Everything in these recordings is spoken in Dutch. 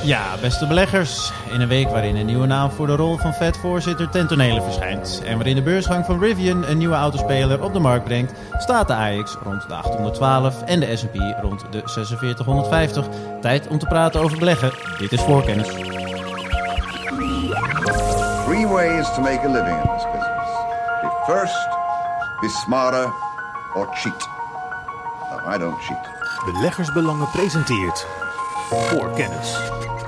Ja, beste beleggers. In een week waarin een nieuwe naam voor de rol van Fed-voorzitter ten tonele verschijnt en waarin de beursgang van Rivian een nieuwe autospeler op de markt brengt, staat de AX rond de 812 en de S&P rond de 4650. Tijd om te praten over beleggen. Dit is Voorkennis. 3 ways to make a living in this business. Be first, be smarter, or cheat. No, I don't cheat. Beleggersbelangen presenteert Voorkennis.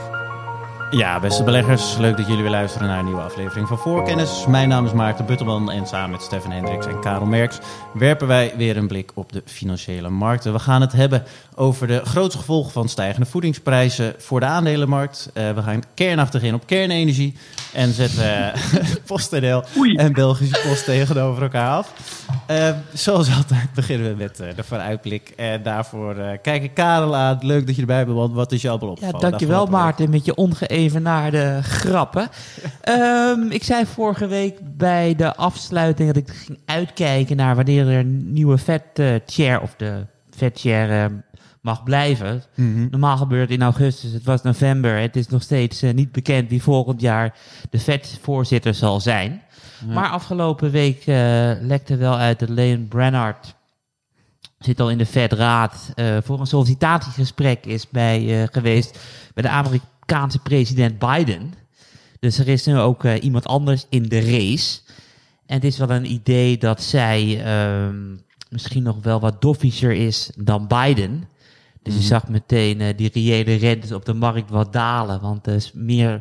Ja, beste beleggers, leuk dat jullie weer luisteren naar een nieuwe aflevering van Voorkennis. Mijn naam is Maarten Buttelman en samen met Stefan Hendricks en Karel Merks werpen wij weer een blik op de financiële markten. We gaan het hebben over de grootste gevolgen van stijgende voedingsprijzen voor de aandelenmarkt. We gaan kernachtig in op kernenergie en zetten PostNL en Belgische Post tegenover elkaar af. Zoals altijd beginnen we met de vooruitblik. En daarvoor kijk ik Karel aan. Leuk dat je erbij bent, want wat is je allemaal opgevallen? Ja, dankjewel Maarten, met je ongeëvenaarde grappen. Ik zei vorige week bij de afsluiting dat ik ging uitkijken naar wanneer er een nieuwe Fed-chair of de Fed-chair mag blijven. Mm-hmm. Normaal gebeurt het in augustus, het was november. Het is nog steeds niet bekend wie volgend jaar de Fed-voorzitter zal zijn. Ja. Maar afgelopen week lekte wel uit dat Leon Brainard zit al in de Fed-raad voor een sollicitatiegesprek is geweest bij de Amerikaanse president Biden. Dus er is nu ook iemand anders in de race. En het is wel een idee dat zij misschien nog wel wat doffischer is dan Biden. Dus je zag meteen die reële rentes op de markt wat dalen. Want meer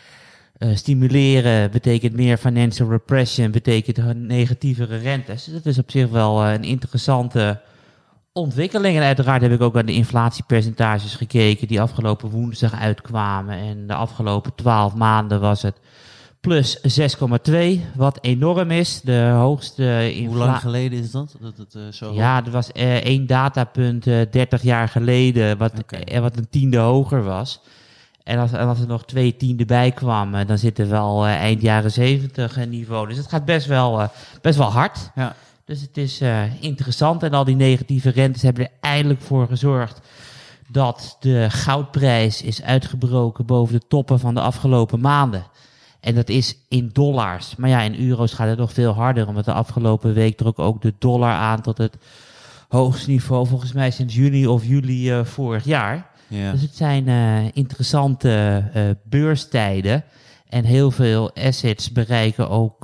stimuleren betekent meer financial repression, betekent negatievere rentes. Dus dat is op zich wel een interessante ontwikkeling. En uiteraard heb ik ook aan de inflatiepercentages gekeken die afgelopen woensdag uitkwamen. En de afgelopen 12 maanden was het plus 6,2, wat enorm is. De hoogste Hoe lang geleden is dat het zo ja, er was 1 datapunt 30 jaar geleden, wat een tiende hoger was. En als er nog 2 tienden bij kwamen, dan zitten we al eind jaren 70 niveau. Dus het gaat best wel hard. Ja. Dus het is interessant. En al die negatieve rentes hebben er eindelijk voor gezorgd dat de goudprijs is uitgebroken boven de toppen van de afgelopen maanden. En dat is in dollars. Maar ja, in euro's gaat het nog veel harder. Omdat de afgelopen week trok ook de dollar aan tot het hoogste niveau, volgens mij sinds juni of juli vorig jaar. Ja. Dus het zijn interessante beurstijden. En heel veel assets bereiken ook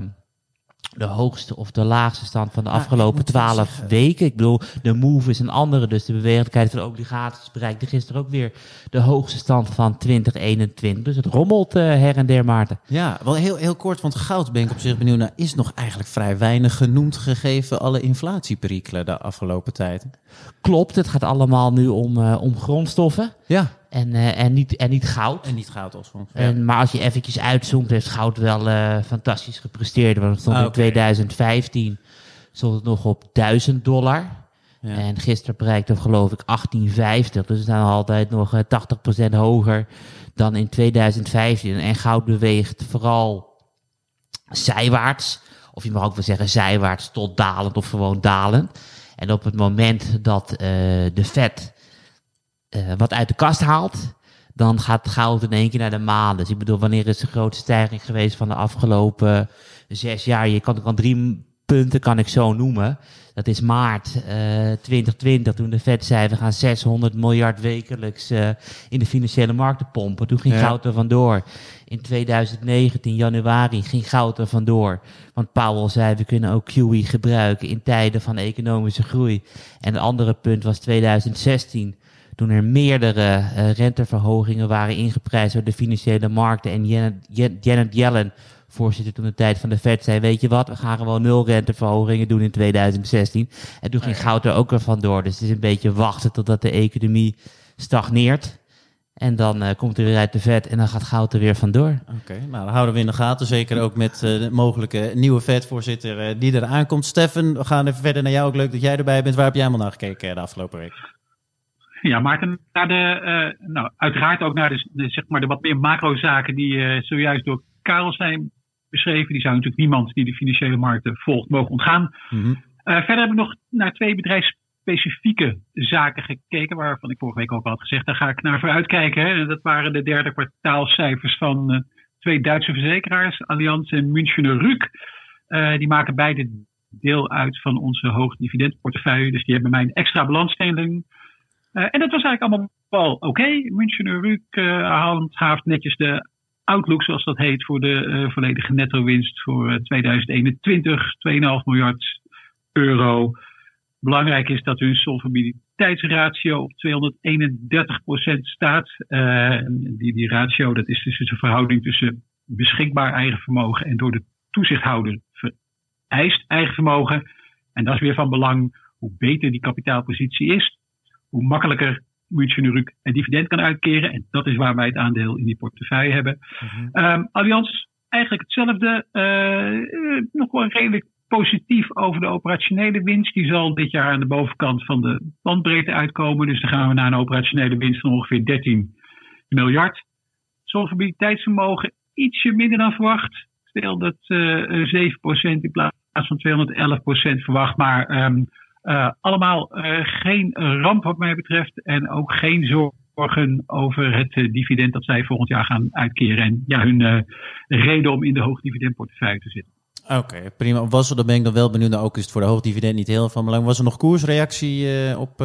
de hoogste of de laagste stand van de afgelopen 12 weken. Ik bedoel, de move is een andere, dus de bewegelijkheid van de obligaties bereikte gisteren ook weer de hoogste stand van 2021. Dus het rommelt her en der, Maarten. Ja, wel heel kort, want goud ben ik op zich benieuwd naar. Is nog eigenlijk vrij weinig genoemd gegeven alle inflatieperikelen de afgelopen tijd? Klopt, het gaat allemaal nu om grondstoffen. Ja. En niet goud. En niet goud als grondstof. Maar als je eventjes uitzoomt, heeft goud wel fantastisch gepresteerd. Want het stond in 2015 stond het nog op $1.000. Ja. En gisteren bereikte het geloof ik 1850. Dus het is dan altijd nog 80% hoger dan in 2015. En goud beweegt vooral zijwaarts. Of je mag ook wel zeggen zijwaarts tot dalend of gewoon dalend. En op het moment dat de Fed wat uit de kast haalt, dan gaat goud in één keer naar de maan. Dus ik bedoel, wanneer is de grootste stijging geweest van de afgelopen 6 jaar? Je kan 3 punten kan ik zo noemen. Dat is maart 2020, toen de Fed zei, we gaan 600 miljard wekelijks in de financiële markten pompen. Toen ging goud er vandoor. In 2019, januari, ging goud er vandoor. Want Powell zei, we kunnen ook QE gebruiken in tijden van economische groei. En een andere punt was 2016... toen er meerdere renteverhogingen waren ingeprijsd door de financiële markten. En Janet Yellen, voorzitter toen de tijd van de Fed, zei, weet je wat, we gaan gewoon 0 renteverhogingen doen in 2016. En toen ging goud er ook weer vandoor. Dus het is een beetje wachten totdat de economie stagneert. En dan komt er weer uit de Fed en dan gaat goud er weer vandoor. Oké, nou, dan houden we in de gaten. Zeker ook met de mogelijke nieuwe Fed-voorzitter die er aankomt. Stefan, we gaan even verder naar jou. Ook leuk dat jij erbij bent. Waar heb jij allemaal naar gekeken de afgelopen week? Ja, Maarten, uiteraard ook naar de wat meer macrozaken die zojuist door Karel zijn beschreven. Die zou natuurlijk niemand die de financiële markten volgt mogen ontgaan. Mm-hmm. Verder hebben we nog naar 2 specifieke zaken gekeken, waarvan ik vorige week ook al had gezegd, daar ga ik naar vooruit kijken. Hè. Dat waren de derde kwartaalcijfers van 2 Duitse verzekeraars, Allianz en Münchener Rück. Die maken beide deel uit van onze hoogdividendportefeuille, dus die hebben mij een extra balansstelling. En dat was eigenlijk allemaal wel oké. Münchener Rück handhaaft netjes de outlook, zoals dat heet, voor de volledige netto-winst voor 2021, 2,5 miljard euro. Belangrijk is dat hun solvabiliteitsratio op 231% staat. Die ratio, dat is dus een verhouding tussen beschikbaar eigen vermogen en door de toezichthouder vereist eigen vermogen. En dat is weer van belang. Hoe beter die kapitaalpositie is, hoe makkelijker Münchener Rück een dividend kan uitkeren. En dat is waar wij het aandeel in die portefeuille hebben. Allianz, eigenlijk hetzelfde. Nog wel redelijk positief over de operationele winst. Die zal dit jaar aan de bovenkant van de bandbreedte uitkomen. Dus dan gaan we naar een operationele winst van ongeveer 13 miljard. Solvabiliteitsvermogen ietsje minder dan verwacht. 207% in plaats van 211% verwacht. Maar allemaal geen ramp wat mij betreft. En ook geen zorgen over het dividend dat zij volgend jaar gaan uitkeren. En ja, hun reden om in de hoogdividendportefeuille te zitten. Oké, prima. Dan ben ik dan wel benieuwd. Nou, ook is het voor de hoogdividend niet heel van belang. Was er nog koersreactie op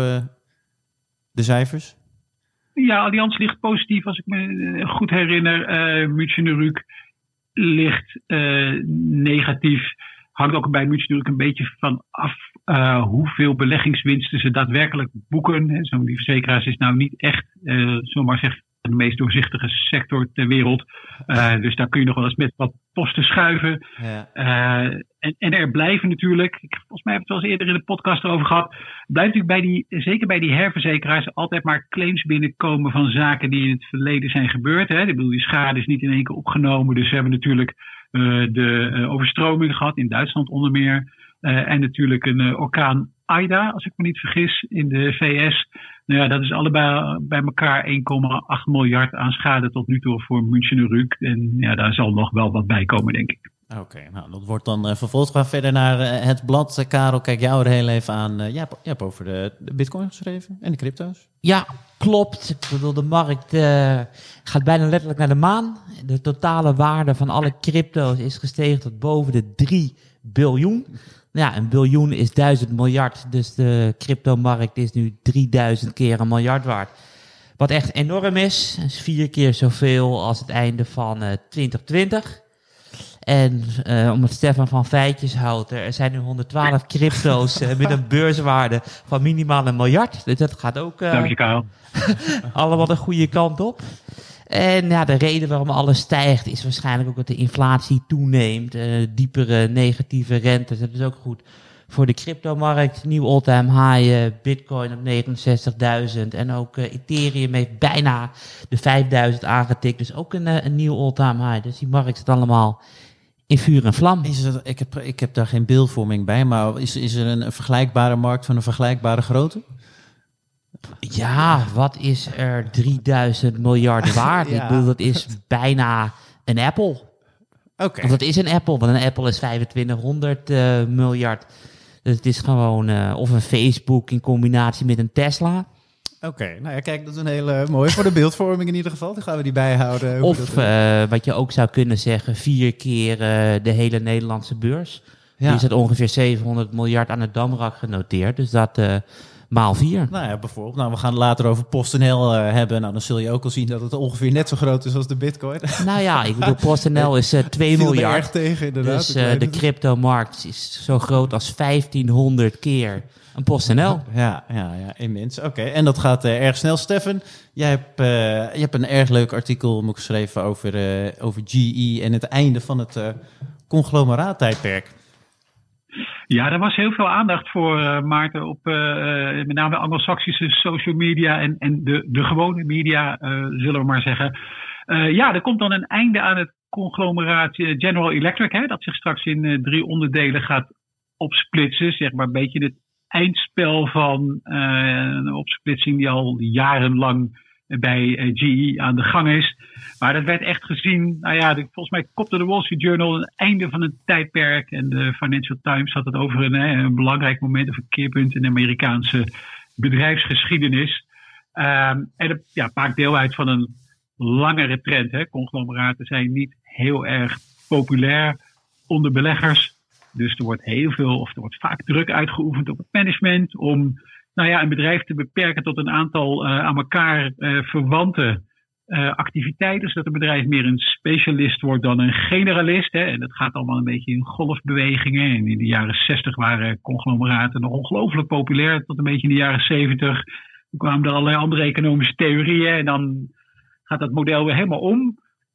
de cijfers? Ja, Allianz ligt positief als ik me goed herinner. Münchener Rück ligt negatief. Hangt ook bij Münchener Rück een beetje van af hoeveel beleggingswinsten ze daadwerkelijk boeken. Zo'n die verzekeraars is nou niet echt, zomaar zeggen, de meest doorzichtige sector ter wereld. Dus daar kun je nog wel eens met wat posten schuiven. Ja. En er blijven natuurlijk, volgens mij heb ik het wel eens eerder in de podcast erover gehad, blijft natuurlijk zeker bij die herverzekeraars altijd maar claims binnenkomen van zaken die in het verleden zijn gebeurd. Hè. Ik bedoel, die schade is niet in één keer opgenomen. Dus we hebben natuurlijk de overstroming gehad in Duitsland onder meer. En natuurlijk een orkaan Ida, als ik me niet vergis, in de VS. Nou ja, dat is allebei bij elkaar 1,8 miljard aan schade tot nu toe voor Münchener Rück. En ja, daar zal nog wel wat bij komen, denk ik. Oké, nou dat wordt dan vervolgd. Gaan verder naar het blad. Karel, kijk jou er heel even aan. Je hebt over de bitcoin geschreven en de crypto's. Ja, klopt. Ik bedoel, de markt gaat bijna letterlijk naar de maan. De totale waarde van alle crypto's is gestegen tot boven de 3 biljoen. Ja, een biljoen is 1000 miljard. Dus de cryptomarkt is nu 3000 keer een miljard waard. Wat echt enorm is 4 keer zoveel als het einde van 2020. En omdat Stefan van feitjes houdt, er zijn nu 112 crypto's met een beurswaarde van minimaal 1 miljard. Dus dat gaat ook Dank je, Karel. allemaal de goede kant op. En ja, de reden waarom alles stijgt is waarschijnlijk ook dat de inflatie toeneemt. Diepere negatieve rentes. Dat is ook goed voor de cryptomarkt. Nieuw all-time high, Bitcoin op 69.000. En ook Ethereum heeft bijna de 5.000 aangetikt. Dus ook een nieuw all-time high. Dus die markt zit allemaal in vuur en vlam. Ik heb daar geen beeldvorming bij, maar is er een vergelijkbare markt van een vergelijkbare grootte? Ja, wat is er 3000 miljard waard? Ja. Ik bedoel, dat is bijna een Apple. Okay. Want dat is een Apple, want een Apple is 2500 miljard. Dus het is gewoon of een Facebook in combinatie met een Tesla. Oké, nou ja, kijk, dat is een hele mooie voor de beeldvorming in ieder geval. Dan gaan we die bijhouden. Of wat je ook zou kunnen zeggen, 4 keer de hele Nederlandse beurs. Ja. Die is het ongeveer 700 miljard aan het Damrak genoteerd. Dus dat maal 4. Nou ja, bijvoorbeeld. Nou, we gaan het later over PostNL hebben. Nou, dan zul je ook al zien dat het ongeveer net zo groot is als de Bitcoin. Nou ja, ik bedoel, PostNL is 2 miljard. Erg tegen, inderdaad. Dus de cryptomarkt is zo groot als 1500 keer een PostNL. Ja, immens. Oké, en dat gaat erg snel. Stefan, je hebt een erg leuk artikel geschreven over GE en het einde van het conglomeraattijdperk. Ja, er was heel veel aandacht voor, Maarten, op met name Anglo-Saxische social media en de gewone media, zullen we maar zeggen. Ja, er komt dan een einde aan het conglomeraat General Electric, hè, dat zich straks in 3 onderdelen gaat opsplitsen. Zeg maar een beetje het eindspel van een opsplitsing die al jarenlang bij GE aan de gang is. Maar dat werd echt gezien, volgens mij kopte de Wall Street Journal een einde van een tijdperk. En de Financial Times had het over een belangrijk moment of een keerpunt in de Amerikaanse bedrijfsgeschiedenis. En het maakt deel uit van een langere trend. Hè. Conglomeraten zijn niet heel erg populair onder beleggers. Dus er wordt vaak druk uitgeoefend op het management om een bedrijf te beperken tot een aantal aan elkaar verwante activiteiten, zodat een bedrijf meer een specialist wordt dan een generalist. Hè. En dat gaat allemaal een beetje in golfbewegingen. En in de jaren 60 waren conglomeraten nog ongelooflijk populair, tot een beetje in de jaren 70. Toen kwamen er allerlei andere economische theorieën en dan gaat dat model weer helemaal om.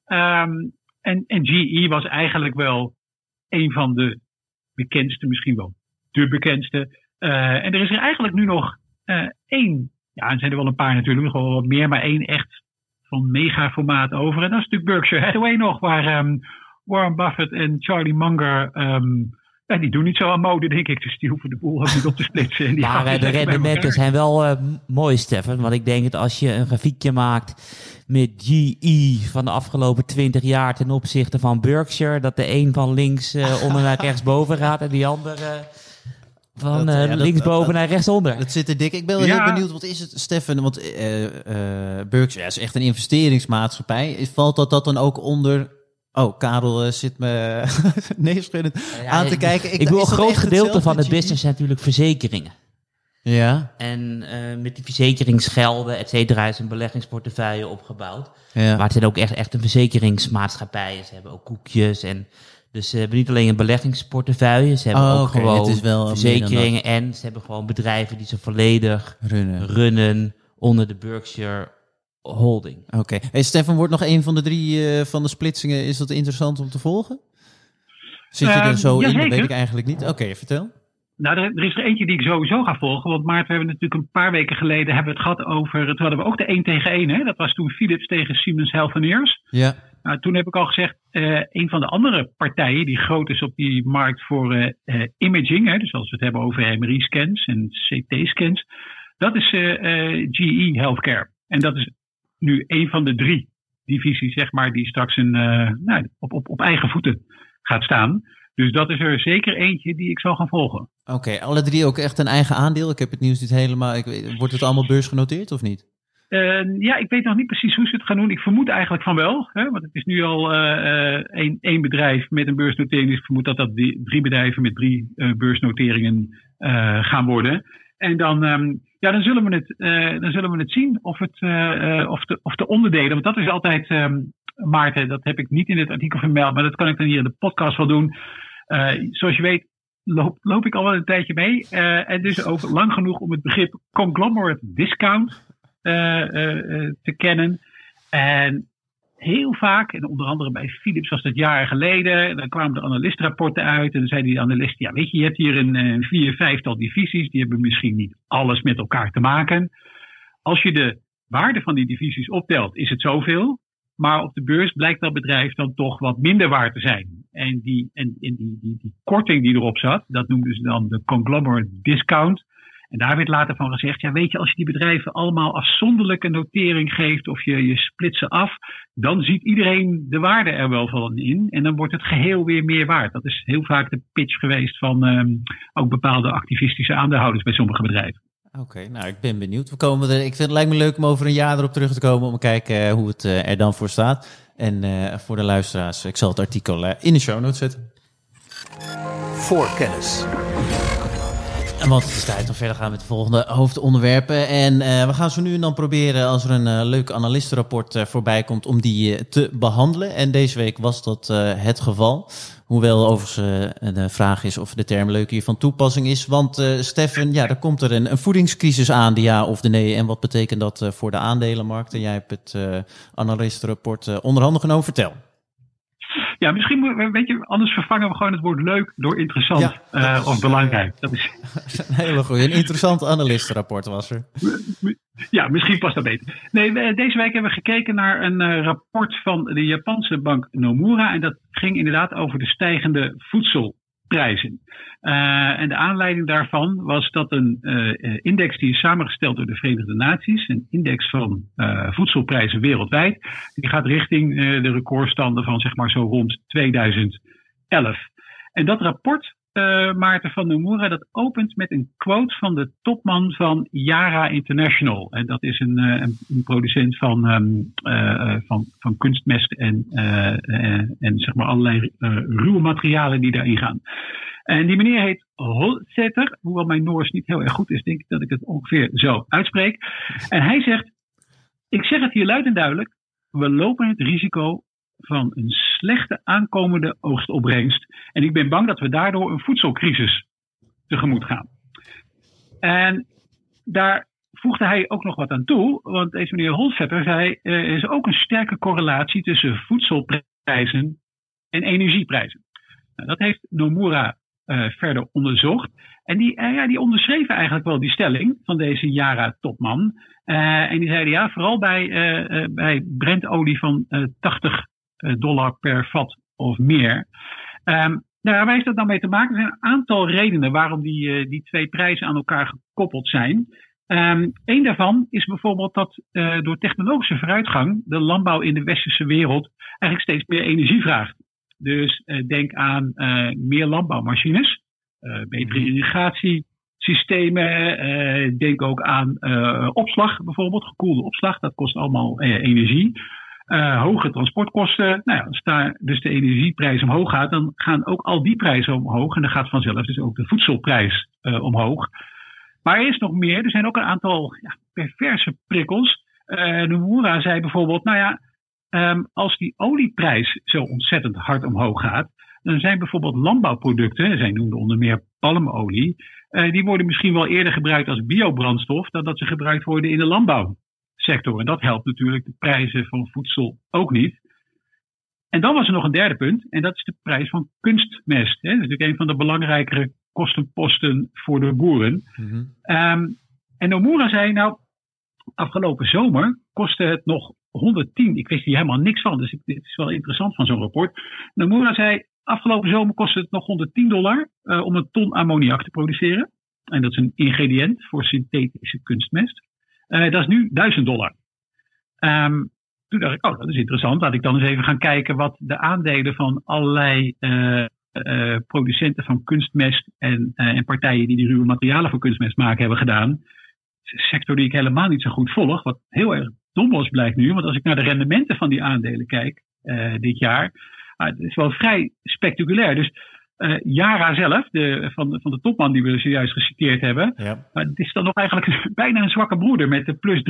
En GE was eigenlijk wel een van de bekendste, misschien wel de bekendste. En er is er eigenlijk nu nog één. Ja, er zijn er wel een paar natuurlijk, nog wel wat meer, maar één echt van megaformaat over. En dat is natuurlijk Berkshire Hathaway nog, waar Warren Buffett en Charlie Munger, die doen niet zo aan mode, denk ik. Dus die hoeven de boel ook niet op te splitsen. En maar de rendementen zijn wel mooi, Stefan. Want ik denk dat als je een grafiekje maakt met GE van de afgelopen 20 jaar ten opzichte van Berkshire, dat de een van links onder naar rechtsboven gaat en die andere van linksboven naar rechtsonder. Dat zit er dik. Ik ben wel heel benieuwd, wat is het, Stefan? Want Berkshire is echt een investeringsmaatschappij. Valt dat dan ook onder... Oh, Karel zit me neerschuddend aan te kijken. Ik wil een groot gedeelte van de business zijn natuurlijk verzekeringen. Ja. En met die verzekeringsgelden, et cetera, is een beleggingsportefeuille opgebouwd. Ja. Maar het zijn ook echt een verzekeringsmaatschappij. Ze hebben ook koekjes en... Dus ze hebben niet alleen een beleggingsportefeuille, ze hebben ook gewoon verzekeringen en ze hebben gewoon bedrijven die ze volledig runnen onder de Berkshire Holding. Oké. Hey, Stefan, wordt nog een van de 3 van de splitsingen, is dat interessant om te volgen? Zit je er zo in? Dat weet ik eigenlijk niet. Oké, vertel. Nou, er is er eentje die ik sowieso ga volgen. Want Maarten, we hebben natuurlijk een paar weken geleden hebben we het gehad over... Toen hadden we ook de 1 tegen 1. Hè? Dat was toen Philips tegen Siemens Healthineers. Ja. Nou, toen heb ik al gezegd, een van de andere partijen die groot is op die markt voor imaging. Hè? Dus als we het hebben over MRI-scans en CT-scans. Dat is GE Healthcare. En dat is nu een van de 3 divisies, zeg maar, die straks op eigen voeten gaat staan. Dus dat is er zeker eentje die ik zal gaan volgen. Oké, alle 3 ook echt een eigen aandeel? Ik heb het nieuws niet helemaal... Wordt het allemaal beursgenoteerd of niet? Ik weet nog niet precies hoe ze het gaan doen. Ik vermoed eigenlijk van wel. Hè, want het is nu al één bedrijf met een beursnotering. Dus ik vermoed dat 3 bedrijven met 3 beursnoteringen gaan worden. En dan zullen we het zien of de onderdelen... Want dat is altijd... Maarten, dat heb ik niet in het artikel vermeld, maar dat kan ik dan hier in de podcast wel doen. Zoals je weet loop ik al wel een tijdje mee. En dus ook lang genoeg om het begrip conglomerate discount te kennen. En heel vaak, en onder andere bij Philips was dat jaren geleden, dan kwamen de analistenrapporten uit en dan zeiden die analisten, je hebt hier een 4-5-tal divisies, die hebben misschien niet alles met elkaar te maken. Als je de waarde van die divisies optelt, is het zoveel. Maar op de beurs blijkt dat bedrijf dan toch wat minder waard te zijn. En die korting die erop zat, dat noemden ze dan de conglomerate discount. En daar werd later van gezegd, als je die bedrijven allemaal afzonderlijk een notering geeft of je split ze af, dan ziet iedereen de waarde er wel van in. En dan wordt het geheel weer meer waard. Dat is heel vaak de pitch geweest van ook bepaalde activistische aandeelhouders bij sommige bedrijven. Oké, nou ik ben benieuwd. Ik vind het lijkt me leuk om over een jaar erop terug te komen om te kijken hoe het er dan voor staat. En voor de luisteraars, ik zal het artikel in de show notes zetten. Voorkennis. Want het is tijd om verder gaan met de volgende hoofdonderwerpen. En we gaan zo nu en dan proberen, als er een leuk analistenrapport voorbij komt, om die te behandelen. En deze week was dat het geval. Hoewel overigens de vraag is of de term leuk hier van toepassing is. Want Stefan, er komt er een voedingscrisis aan, de ja of de nee. En wat betekent dat voor de aandelenmarkt? En jij hebt het analistenrapport onder handen genomen. Vertel. Ja, misschien anders vervangen we gewoon het woord leuk door interessant of belangrijk. Dat is een hele goeie. Een interessant analistenrapport was er. Ja, misschien past dat beter. Nee, deze week hebben we gekeken naar een rapport van de Japanse bank Nomura. En dat ging inderdaad over de stijgende voedselprijzen. voedselprijzen. En de aanleiding daarvan was dat een index die is samengesteld door de Verenigde Naties, een index van voedselprijzen wereldwijd, die gaat richting de recordstanden van zeg maar zo rond 2011. En dat rapport, Maarten van Nomura, dat opent met een quote van de topman van Yara International. En dat is een producent van kunstmest en zeg maar allerlei ruwe materialen die daarin gaan. En die meneer heet Holseter, hoewel mijn Noors niet heel erg goed is, denk ik dat ik het ongeveer zo uitspreek. En hij zegt, ik zeg het hier luid en duidelijk, we lopen het risico van een slechte aankomende oogstopbrengst. En ik ben bang dat we daardoor een voedselcrisis tegemoet gaan. En daar voegde hij ook nog wat aan toe, want deze meneer Holseter zei, er is ook een sterke correlatie tussen voedselprijzen en energieprijzen. Nou, dat heeft Nomura verder onderzocht. En die onderschreven eigenlijk wel die stelling van deze Yara-topman. En die zeiden ja, vooral bij Brentolie van $80 per vat of meer. Waar heeft dat dan mee te maken? Er zijn een aantal redenen waarom die twee prijzen aan elkaar gekoppeld zijn. Een daarvan is bijvoorbeeld dat door technologische vooruitgang de landbouw in de westerse wereld eigenlijk steeds meer energie vraagt. Dus denk aan meer landbouwmachines, betere irrigatiesystemen. Denk ook aan opslag bijvoorbeeld, gekoelde opslag. Dat kost allemaal energie. Hoge transportkosten. Nou ja, als daar dus de energieprijs omhoog gaat, dan gaan ook al die prijzen omhoog. En dan gaat vanzelf dus ook de voedselprijs omhoog. Maar er is nog meer. Er zijn ook een aantal perverse prikkels. Nomura zei bijvoorbeeld, als die olieprijs zo ontzettend hard omhoog gaat, dan zijn bijvoorbeeld landbouwproducten, zij noemden onder meer palmolie, die worden misschien wel eerder gebruikt als biobrandstof dan dat ze gebruikt worden in de landbouwsector. En dat helpt natuurlijk de prijzen van voedsel ook niet. En dan was er nog een derde punt, en dat is de prijs van kunstmest. Dat is natuurlijk een van de belangrijkere kostenposten voor de boeren. Mm-hmm. En Nomura zei, afgelopen zomer kostte het nog 110. Ik wist hier helemaal niks van, dus dit is wel interessant van zo'n rapport. Nomura zei, afgelopen zomer kostte het nog $110 om een ton ammoniak te produceren. En dat is een ingrediënt voor synthetische kunstmest. Dat is nu $1000. Toen dacht ik, dat is interessant. Laat ik dan eens even gaan kijken wat de aandelen van allerlei producenten van kunstmest en partijen die ruwe materialen voor kunstmest maken hebben gedaan. Het is een sector die ik helemaal niet zo goed volg, wat heel erg dom was blijkt nu. Want als ik naar de rendementen van die aandelen kijk dit jaar, het is wel vrij spectaculair. Dus Yara zelf, van de topman die we zojuist geciteerd hebben, het is dan nog eigenlijk bijna een zwakke broeder met de plus 33%.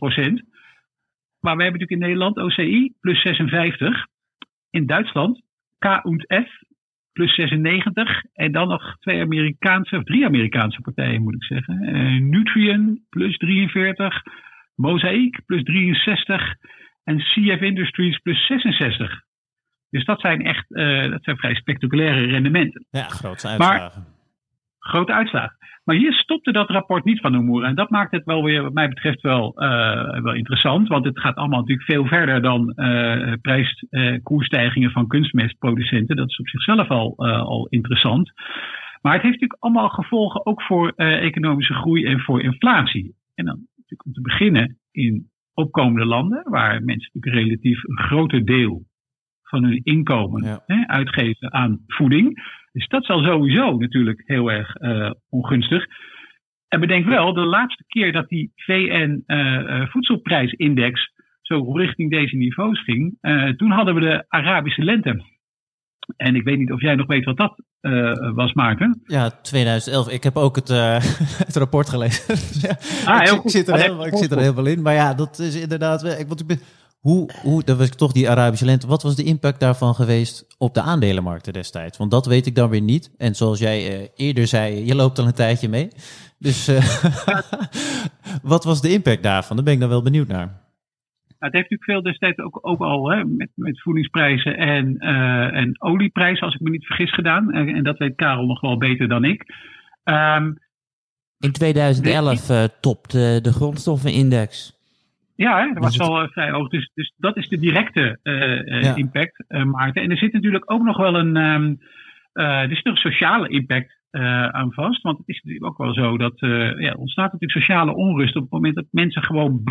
Maar we hebben natuurlijk in Nederland OCI plus 56. In Duitsland K&F plus 96. En dan nog drie Amerikaanse partijen moet ik zeggen. Nutrien plus 43. Mosaic plus 63. En CF Industries plus 66. Dus dat zijn echt vrij spectaculaire rendementen. Ja, grote uitslagen. Grote uitslagen. Maar hier stopte dat rapport niet van Nomura. En dat maakt het wel weer, wat mij betreft, wel interessant. Want het gaat allemaal natuurlijk veel verder dan koersstijgingen van kunstmestproducenten. Dat is op zichzelf al interessant. Maar het heeft natuurlijk allemaal gevolgen ook voor economische groei en voor inflatie. En dan natuurlijk om te beginnen in opkomende landen, waar mensen natuurlijk relatief een groter deel van hun inkomen uitgeven aan voeding. Dus dat is al sowieso natuurlijk heel erg ongunstig. En bedenk wel, de laatste keer dat die VN voedselprijsindex zo richting deze niveaus ging, toen hadden we de Arabische lente. En ik weet niet of jij nog weet wat dat was, Maarten. Ja, 2011. Ik heb ook het rapport gelezen. Ik zit er heel veel in. Maar ja, dat is inderdaad dat was toch die Arabische lente. Wat was de impact daarvan geweest op de aandelenmarkten destijds? Want dat weet ik dan weer niet. En zoals jij eerder zei, je loopt al een tijdje mee. Dus wat was de impact daarvan? Daar ben ik dan wel benieuwd naar. Het heeft natuurlijk veel destijds ook al met voedingsprijzen en olieprijzen, als ik me niet vergis, gedaan. En dat weet Karel nog wel beter dan ik. In 2011 topte de grondstoffenindex. Ja, dat was wel vrij hoog. Dus dat is de directe impact, Maarten. En er zit natuurlijk ook nog wel Er is nog sociale impact aan vast. Want het is natuurlijk ook wel zo dat ontstaat natuurlijk sociale onrust op het moment dat mensen gewoon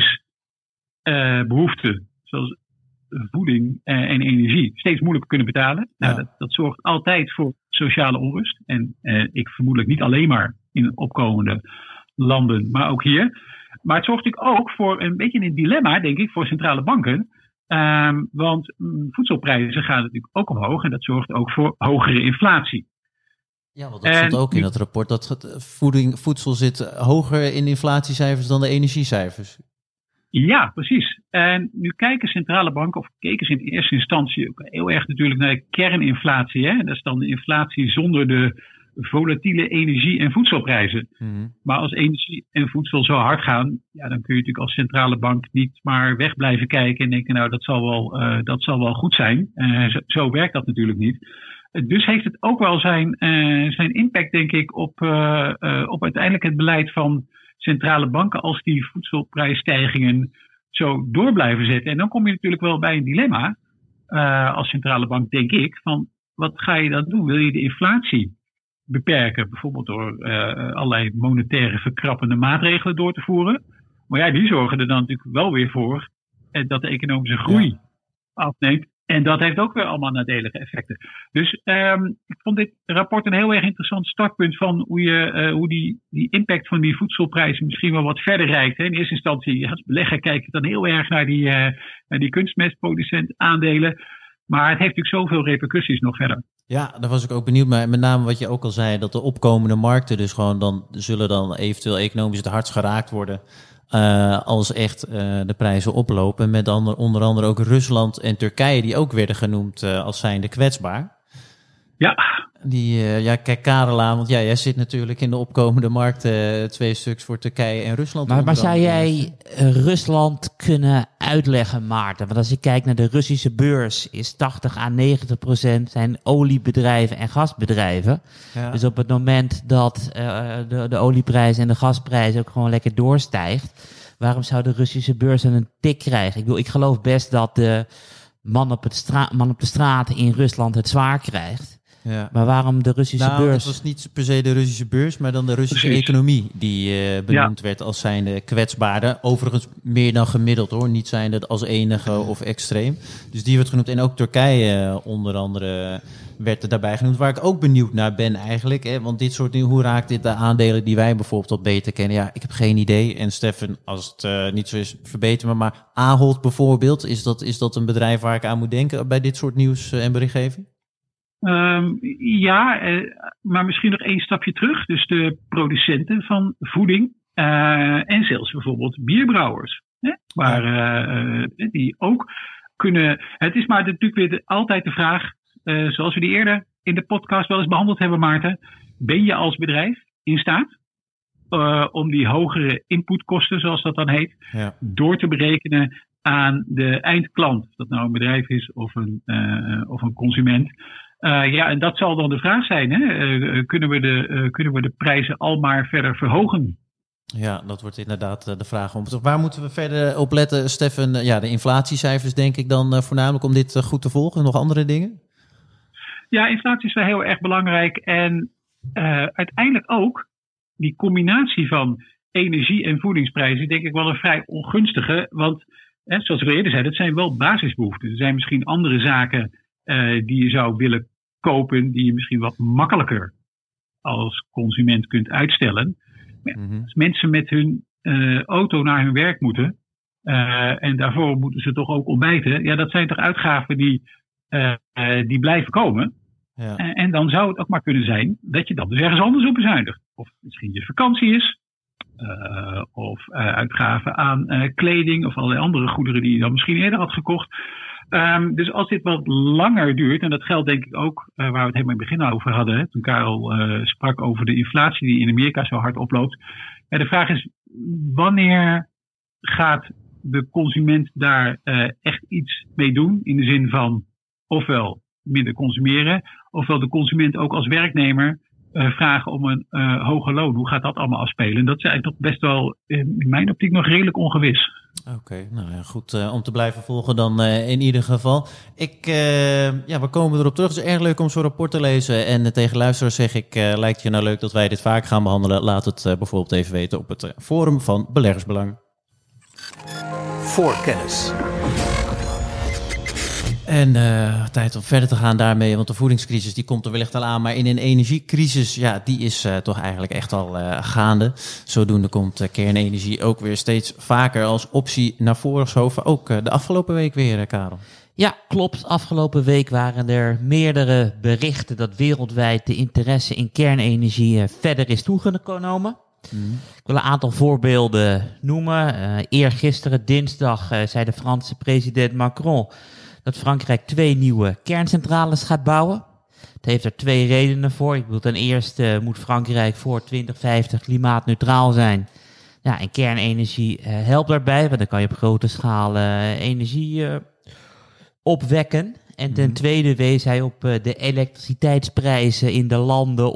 basisbehoeften, zoals voeding en energie, steeds moeilijker kunnen betalen. Nou, dat zorgt altijd voor sociale onrust. En ik vermoedelijk niet alleen maar in opkomende landen, maar ook hier. Maar het zorgt natuurlijk ook voor een beetje een dilemma, denk ik, voor centrale banken. Want voedselprijzen gaan natuurlijk ook omhoog en dat zorgt ook voor hogere inflatie. Ja, want dat stond ook in het rapport dat voedsel zit hoger in inflatiecijfers dan de energiecijfers. Ja, precies. En nu kijken centrale banken, of keken ze in eerste instantie ook heel erg natuurlijk naar de kerninflatie. Hè? Dat is dan de inflatie zonder de volatiele energie- en voedselprijzen. Mm-hmm. Maar als energie en voedsel zo hard gaan, ja, dan kun je natuurlijk als centrale bank niet maar weg blijven kijken en denken, nou, dat zal wel goed zijn. Zo werkt dat natuurlijk niet. Dus heeft het ook wel zijn impact, denk ik, op uiteindelijk het beleid van centrale banken als die voedselprijsstijgingen zo door blijven zetten. En dan kom je natuurlijk wel bij een dilemma als centrale bank, denk ik, van wat ga je dan doen? Wil je de inflatie beperken, bijvoorbeeld door allerlei monetaire verkrappende maatregelen door te voeren? Maar ja, die zorgen er dan natuurlijk wel weer voor dat de economische groei afneemt. En dat heeft ook weer allemaal nadelige effecten. Dus ik vond dit rapport een heel erg interessant startpunt van hoe die impact van die voedselprijzen misschien wel wat verder reikt. Hè. In eerste instantie als belegger kijk je dan heel erg naar die kunstmestproducent aandelen. Maar het heeft natuurlijk zoveel repercussies nog verder. Ja, daar was ik ook benieuwd naar. Met name wat je ook al zei, dat de opkomende markten dus gewoon zullen dan eventueel economisch het hardst geraakt worden. Als echt de prijzen oplopen. Met onder andere ook Rusland en Turkije, die ook werden genoemd als zijnde kwetsbaar. Ja. Kijk Karela, want jij zit natuurlijk in de opkomende markten, 2 stuks voor Turkije en Rusland. Maar zou jij Rusland kunnen uitleggen, Maarten? Want als ik kijk naar de Russische beurs, is 80 à 90% zijn oliebedrijven en gasbedrijven. Ja. Dus op het moment dat de olieprijs en de gasprijs ook gewoon lekker doorstijgt, waarom zou de Russische beurs dan een tik krijgen? Ik geloof best dat de man op de straat in Rusland het zwaar krijgt. Ja. Maar waarom de Russische beurs? Het was niet per se de Russische beurs, maar dan de Russische economie die benoemd werd als zijnde kwetsbaarder. Overigens meer dan gemiddeld hoor, niet zijnde als enige of extreem. Dus die werd genoemd en ook Turkije onder andere werd er daarbij genoemd. Waar ik ook benieuwd naar ben eigenlijk, hè, want dit soort dingen, hoe raakt dit de aandelen die wij bijvoorbeeld wat beter kennen? Ja, ik heb geen idee. En Stefan, als het niet zo is, verbeter me. Maar Ahold bijvoorbeeld, is dat een bedrijf waar ik aan moet denken bij dit soort nieuws en berichtgeving? Maar misschien nog 1 stapje terug. Dus de producenten van voeding en zelfs bijvoorbeeld bierbrouwers. Die ook kunnen. Het is maar natuurlijk weer altijd de vraag, zoals we die eerder in de podcast wel eens behandeld hebben, Maarten. Ben je als bedrijf in staat om die hogere inputkosten, zoals dat dan heet, door te berekenen aan de eindklant? Of dat nou een bedrijf is of een consument. En dat zal dan de vraag zijn. Hè? Kunnen we de prijzen al maar verder verhogen? Ja, dat wordt inderdaad de vraag. Waar moeten we verder op letten, Stefan? Ja, de inflatiecijfers denk ik dan voornamelijk om dit goed te volgen. Nog andere dingen? Ja, inflatie is wel heel erg belangrijk. En uiteindelijk ook die combinatie van energie- en voedingsprijzen, denk ik wel een vrij ongunstige. Want zoals we eerder zeiden, het zijn wel basisbehoeften. Er zijn misschien andere zaken die je zou willen kopen, die je misschien wat makkelijker als consument kunt uitstellen. Als mensen met hun auto naar hun werk moeten en daarvoor moeten ze toch ook ontbijten, ja, dat zijn toch uitgaven die blijven komen. Ja. En dan zou het ook maar kunnen zijn dat je dan dus ergens anders op bezuinigt. Of misschien je vakantie is, of uitgaven aan kleding of allerlei andere goederen die je dan misschien eerder had gekocht. Dus als dit wat langer duurt, en dat geldt denk ik ook waar we het helemaal in het begin over hadden, hè, toen Karel sprak over de inflatie die in Amerika zo hard oploopt. De vraag is, wanneer gaat de consument daar echt iets mee doen? In de zin van ofwel minder consumeren, ofwel de consument ook als werknemer vragen om een hoger loon. Hoe gaat dat allemaal afspelen? Dat is eigenlijk toch best wel in mijn optiek nog redelijk ongewis. Oké, nou ja, goed om te blijven volgen dan in ieder geval. We komen erop terug. Het is erg leuk om zo'n rapport te lezen. En tegen luisteraars zeg ik, lijkt je nou leuk dat wij dit vaak gaan behandelen? Laat het bijvoorbeeld even weten op het forum van Beleggersbelang. Voorkennis. En tijd om verder te gaan daarmee, want de voedingscrisis die komt er wellicht al aan. Maar in een energiecrisis, die is toch eigenlijk echt al gaande. Zodoende komt kernenergie ook weer steeds vaker als optie naar voren geschoven. Ook de afgelopen week weer, Karel. Ja, klopt. Afgelopen week waren er meerdere berichten dat wereldwijd de interesse in kernenergie verder is toegenomen. Ik wil een aantal voorbeelden noemen. Eergisteren, dinsdag, zei de Franse president Macron dat Frankrijk 2 nieuwe kerncentrales gaat bouwen. Het heeft er 2 redenen voor. Ik bedoel, ten eerste moet Frankrijk voor 2050 klimaatneutraal zijn. Ja, en kernenergie helpt daarbij, want dan kan je op grote schaal energie opwekken. En ten tweede wees hij op de elektriciteitsprijzen in de landen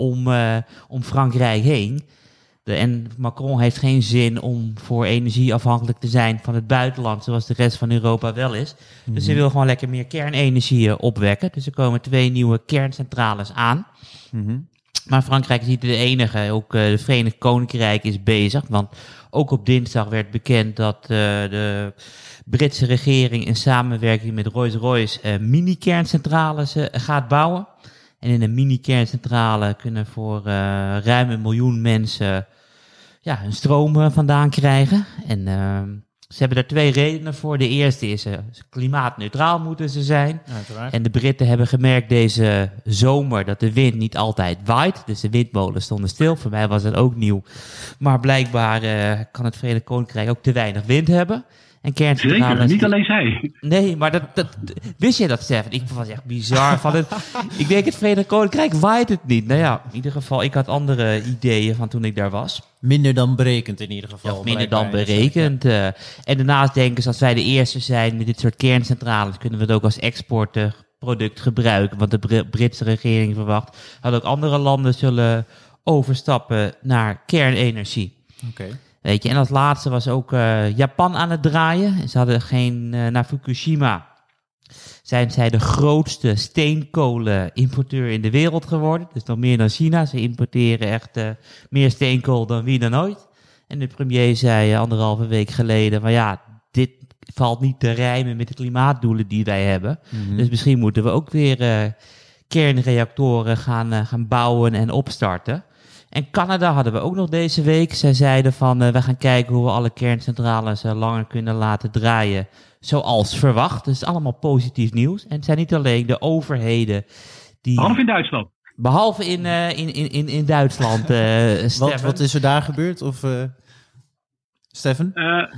om Frankrijk heen. En Macron heeft geen zin om voor energie afhankelijk te zijn van het buitenland, zoals de rest van Europa wel is. Dus hij wil gewoon lekker meer kernenergie opwekken. Dus er komen 2 nieuwe kerncentrales aan. Maar Frankrijk is niet de enige. Ook de Verenigd Koninkrijk is bezig. Want ook op dinsdag werd bekend dat de Britse regering in samenwerking met Rolls-Royce mini-kerncentrales gaat bouwen. En in een mini-kerncentrale kunnen voor ruim 1 miljoen mensen hun stroom vandaan krijgen. En ze hebben daar 2 redenen voor. De eerste is klimaatneutraal moeten ze zijn. Uiteraard. En de Britten hebben gemerkt deze zomer dat de wind niet altijd waait. Dus de windmolens stonden stil. Voor mij was dat ook nieuw. Maar blijkbaar kan het Verenigd Koninkrijk ook te weinig wind hebben. En kerncentrales... Zeker, niet alleen zij. Nee, maar dat wist je dat, Stefan? Ik vond het echt bizar. Ik denk, het Verenigd Koninkrijk waait het niet. Nou ja, in ieder geval, ik had andere ideeën van toen ik daar was. Minder dan berekend in ieder geval. Ja, minder dan berekend. En daarnaast denken ze, als wij de eerste zijn met dit soort kerncentrales, kunnen we het ook als exportproduct gebruiken. Want de Britse regering verwacht dat ook andere landen zullen overstappen naar kernenergie. Oké. Weet je, en als laatste was ook Japan aan het draaien. Ze hadden na Fukushima zijn zij de grootste steenkolenimporteur in de wereld geworden. Dus nog meer dan China. Ze importeren echt meer steenkool dan wie dan ooit. En de premier zei 1,5 week geleden van dit valt niet te rijmen met de klimaatdoelen die wij hebben. Dus misschien moeten we ook weer kernreactoren gaan bouwen en opstarten. En Canada hadden we ook nog deze week. Zij zeiden van, we gaan kijken hoe we alle kerncentrales langer kunnen laten draaien. Zoals verwacht. Dus allemaal positief nieuws. En het zijn niet alleen de overheden die... Behalve in Duitsland. Behalve in Duitsland, Stefan. Wat is er daar gebeurd? Of Stefan?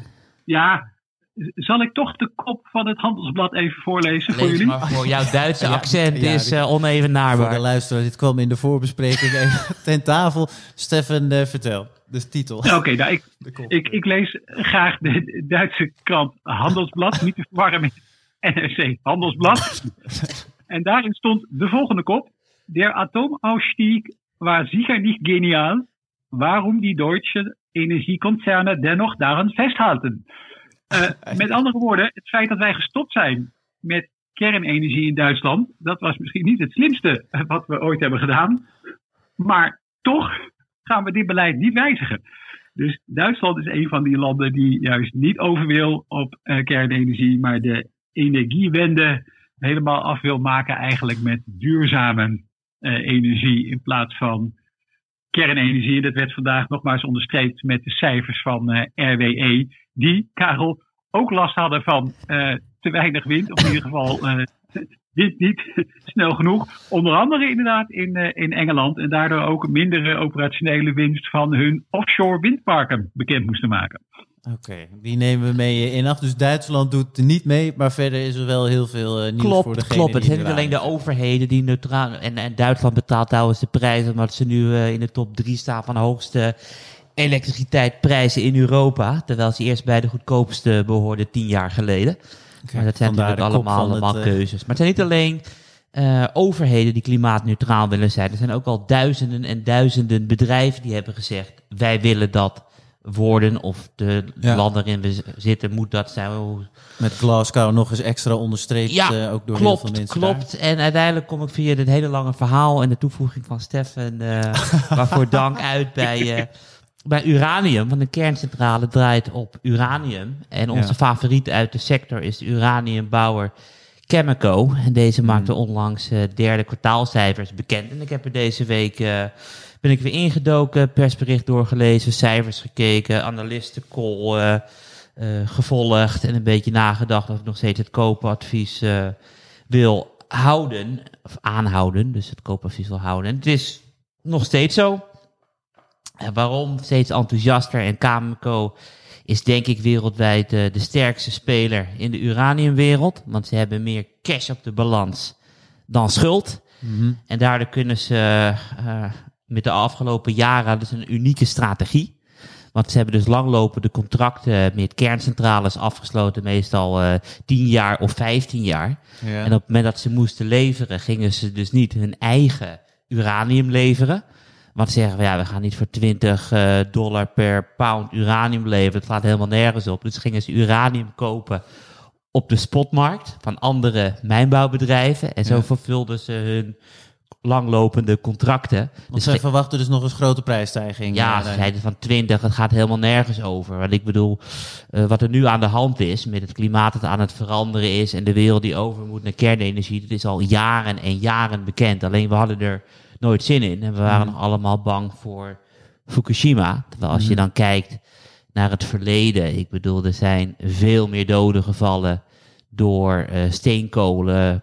Zal ik toch de kop van het Handelsblad even voorlezen voor jullie? Maar voor jouw Duitse accent is onevenaarbaar. Voor de luisteraar, dit kwam in de voorbespreking even ten tafel. Stefan, vertel. De titel. Oké, ik lees graag de Duitse krant Handelsblad. Niet te verwarren met NRC Handelsblad. En daarin stond de volgende kop. Der Atomausstieg war sicher nicht genial. Waarom die Duitse Energiekonzerne dennoch daran festhalten? Met andere woorden, het feit dat wij gestopt zijn met kernenergie in Duitsland, dat was misschien niet het slimste wat we ooit hebben gedaan. Maar toch gaan we dit beleid niet wijzigen. Dus Duitsland is een van die landen die juist niet over wil op kernenergie, maar de energiewende helemaal af wil maken eigenlijk met duurzame energie in plaats van kernenergie. En dat werd vandaag nogmaals onderstreept met de cijfers van RWE, die, Karel, ook last hadden van te weinig wind, of in ieder geval niet snel genoeg. Onder andere inderdaad in Engeland en daardoor ook een mindere operationele winst van hun offshore windparken bekend moesten maken. Oké, die nemen we mee in acht. Dus Duitsland doet niet mee, maar verder is er wel heel veel nieuws voor degene. Klopt. Het zijn niet alleen de overheden die neutraal... En Duitsland betaalt trouwens de prijs, omdat ze nu in de top 3 staan van de hoogste elektriciteitsprijzen in Europa. Terwijl ze eerst bij de goedkoopste behoorden 10 jaar geleden. Maar dat zijn natuurlijk allemaal keuzes. Maar het zijn niet alleen overheden die klimaatneutraal willen zijn. Er zijn ook al duizenden en duizenden bedrijven die hebben gezegd, wij willen dat worden, of de landen waarin we zitten, moet dat zijn. Met Glasgow nog eens extra onderstreept, ook door heel veel mensen. Klopt. Daar. En uiteindelijk kom ik via dit hele lange verhaal en de toevoeging van Steffen, waarvoor dank uit bij uranium, want een kerncentrale draait op uranium. En onze favoriet uit de sector is de uraniumbouwer Cameco. En deze maakte onlangs derde kwartaalcijfers bekend. En ik heb er deze week ben ik weer ingedoken, persbericht doorgelezen, cijfers gekeken, analistencall gevolgd en een beetje nagedacht of ik nog steeds het koopadvies wil houden, of aanhouden, dus het koopadvies wil houden. En het is nog steeds zo. En waarom? Steeds enthousiaster en Cameco is denk ik wereldwijd de sterkste speler in de uraniumwereld, want ze hebben meer cash op de balans dan schuld. Mm-hmm. En daardoor kunnen ze met de afgelopen jaren, dat is een unieke strategie. Want ze hebben dus langlopende contracten met kerncentrales afgesloten, meestal 10 jaar of 15 jaar. Ja. En op het moment dat ze moesten leveren, gingen ze dus niet hun eigen uranium leveren. Want ze zeggen, we gaan niet voor $20 per pound uranium leveren. Dat slaat helemaal nergens op. Dus gingen ze uranium kopen op de spotmarkt van andere mijnbouwbedrijven. En zo vervulden ze hun langlopende contracten. Want dus zij verwachten dus nog eens grote prijsstijging. Ja, ze zeiden van 20, het gaat helemaal nergens over. Want ik bedoel, wat er nu aan de hand is, met het klimaat dat aan het veranderen is en de wereld die over moet naar kernenergie, dat is al jaren en jaren bekend. Alleen we hadden er nooit zin in en we waren nog allemaal bang voor Fukushima. Terwijl als je dan kijkt naar het verleden, ik bedoel, er zijn veel meer doden gevallen door steenkolen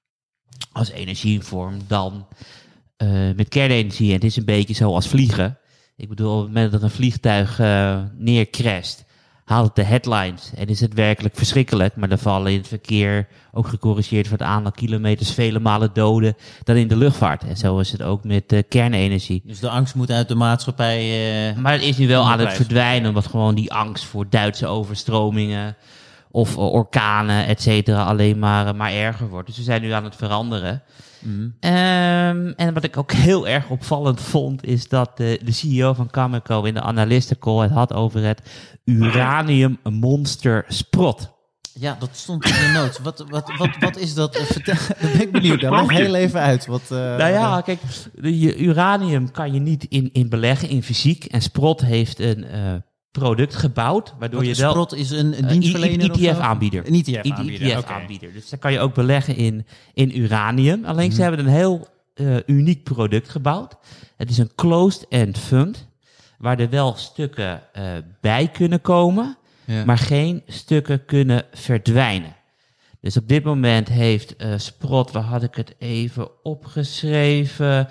als energievorm dan met kernenergie. En het is een beetje zoals vliegen. Ik bedoel, op het moment dat er een vliegtuig neercrasht, haalt het de headlines en is het werkelijk verschrikkelijk. Maar er vallen in het verkeer, ook gecorrigeerd voor het aantal kilometers, vele malen doden dan in de luchtvaart. En zo is het ook met kernenergie. Dus de angst moet uit de maatschappij... maar het is nu wel aan het verdwijnen, omdat gewoon die angst voor Duitse overstromingen of orkanen, et cetera, alleen maar erger wordt. Dus we zijn nu aan het veranderen. Mm. En wat ik ook heel erg opvallend vond, is dat de CEO van Cameco in de analistencall het had over het uranium monster Sprott. Ja, dat stond in de notes. Wat is dat? Vertel, ben ik benieuwd. Leg heel even uit. Kijk, je uranium kan je niet in beleggen in fysiek. En Sprott heeft een product gebouwd, waardoor je wel... Sprott is een dienstverlener of ETF-aanbieder. Een ETF-aanbieder. Dus daar kan je ook beleggen in uranium. Alleen ze hebben een heel uniek product gebouwd. Het is een closed-end fund, waar er wel stukken bij kunnen komen, maar geen stukken kunnen verdwijnen. Dus op dit moment heeft Sprott, waar had ik het even opgeschreven,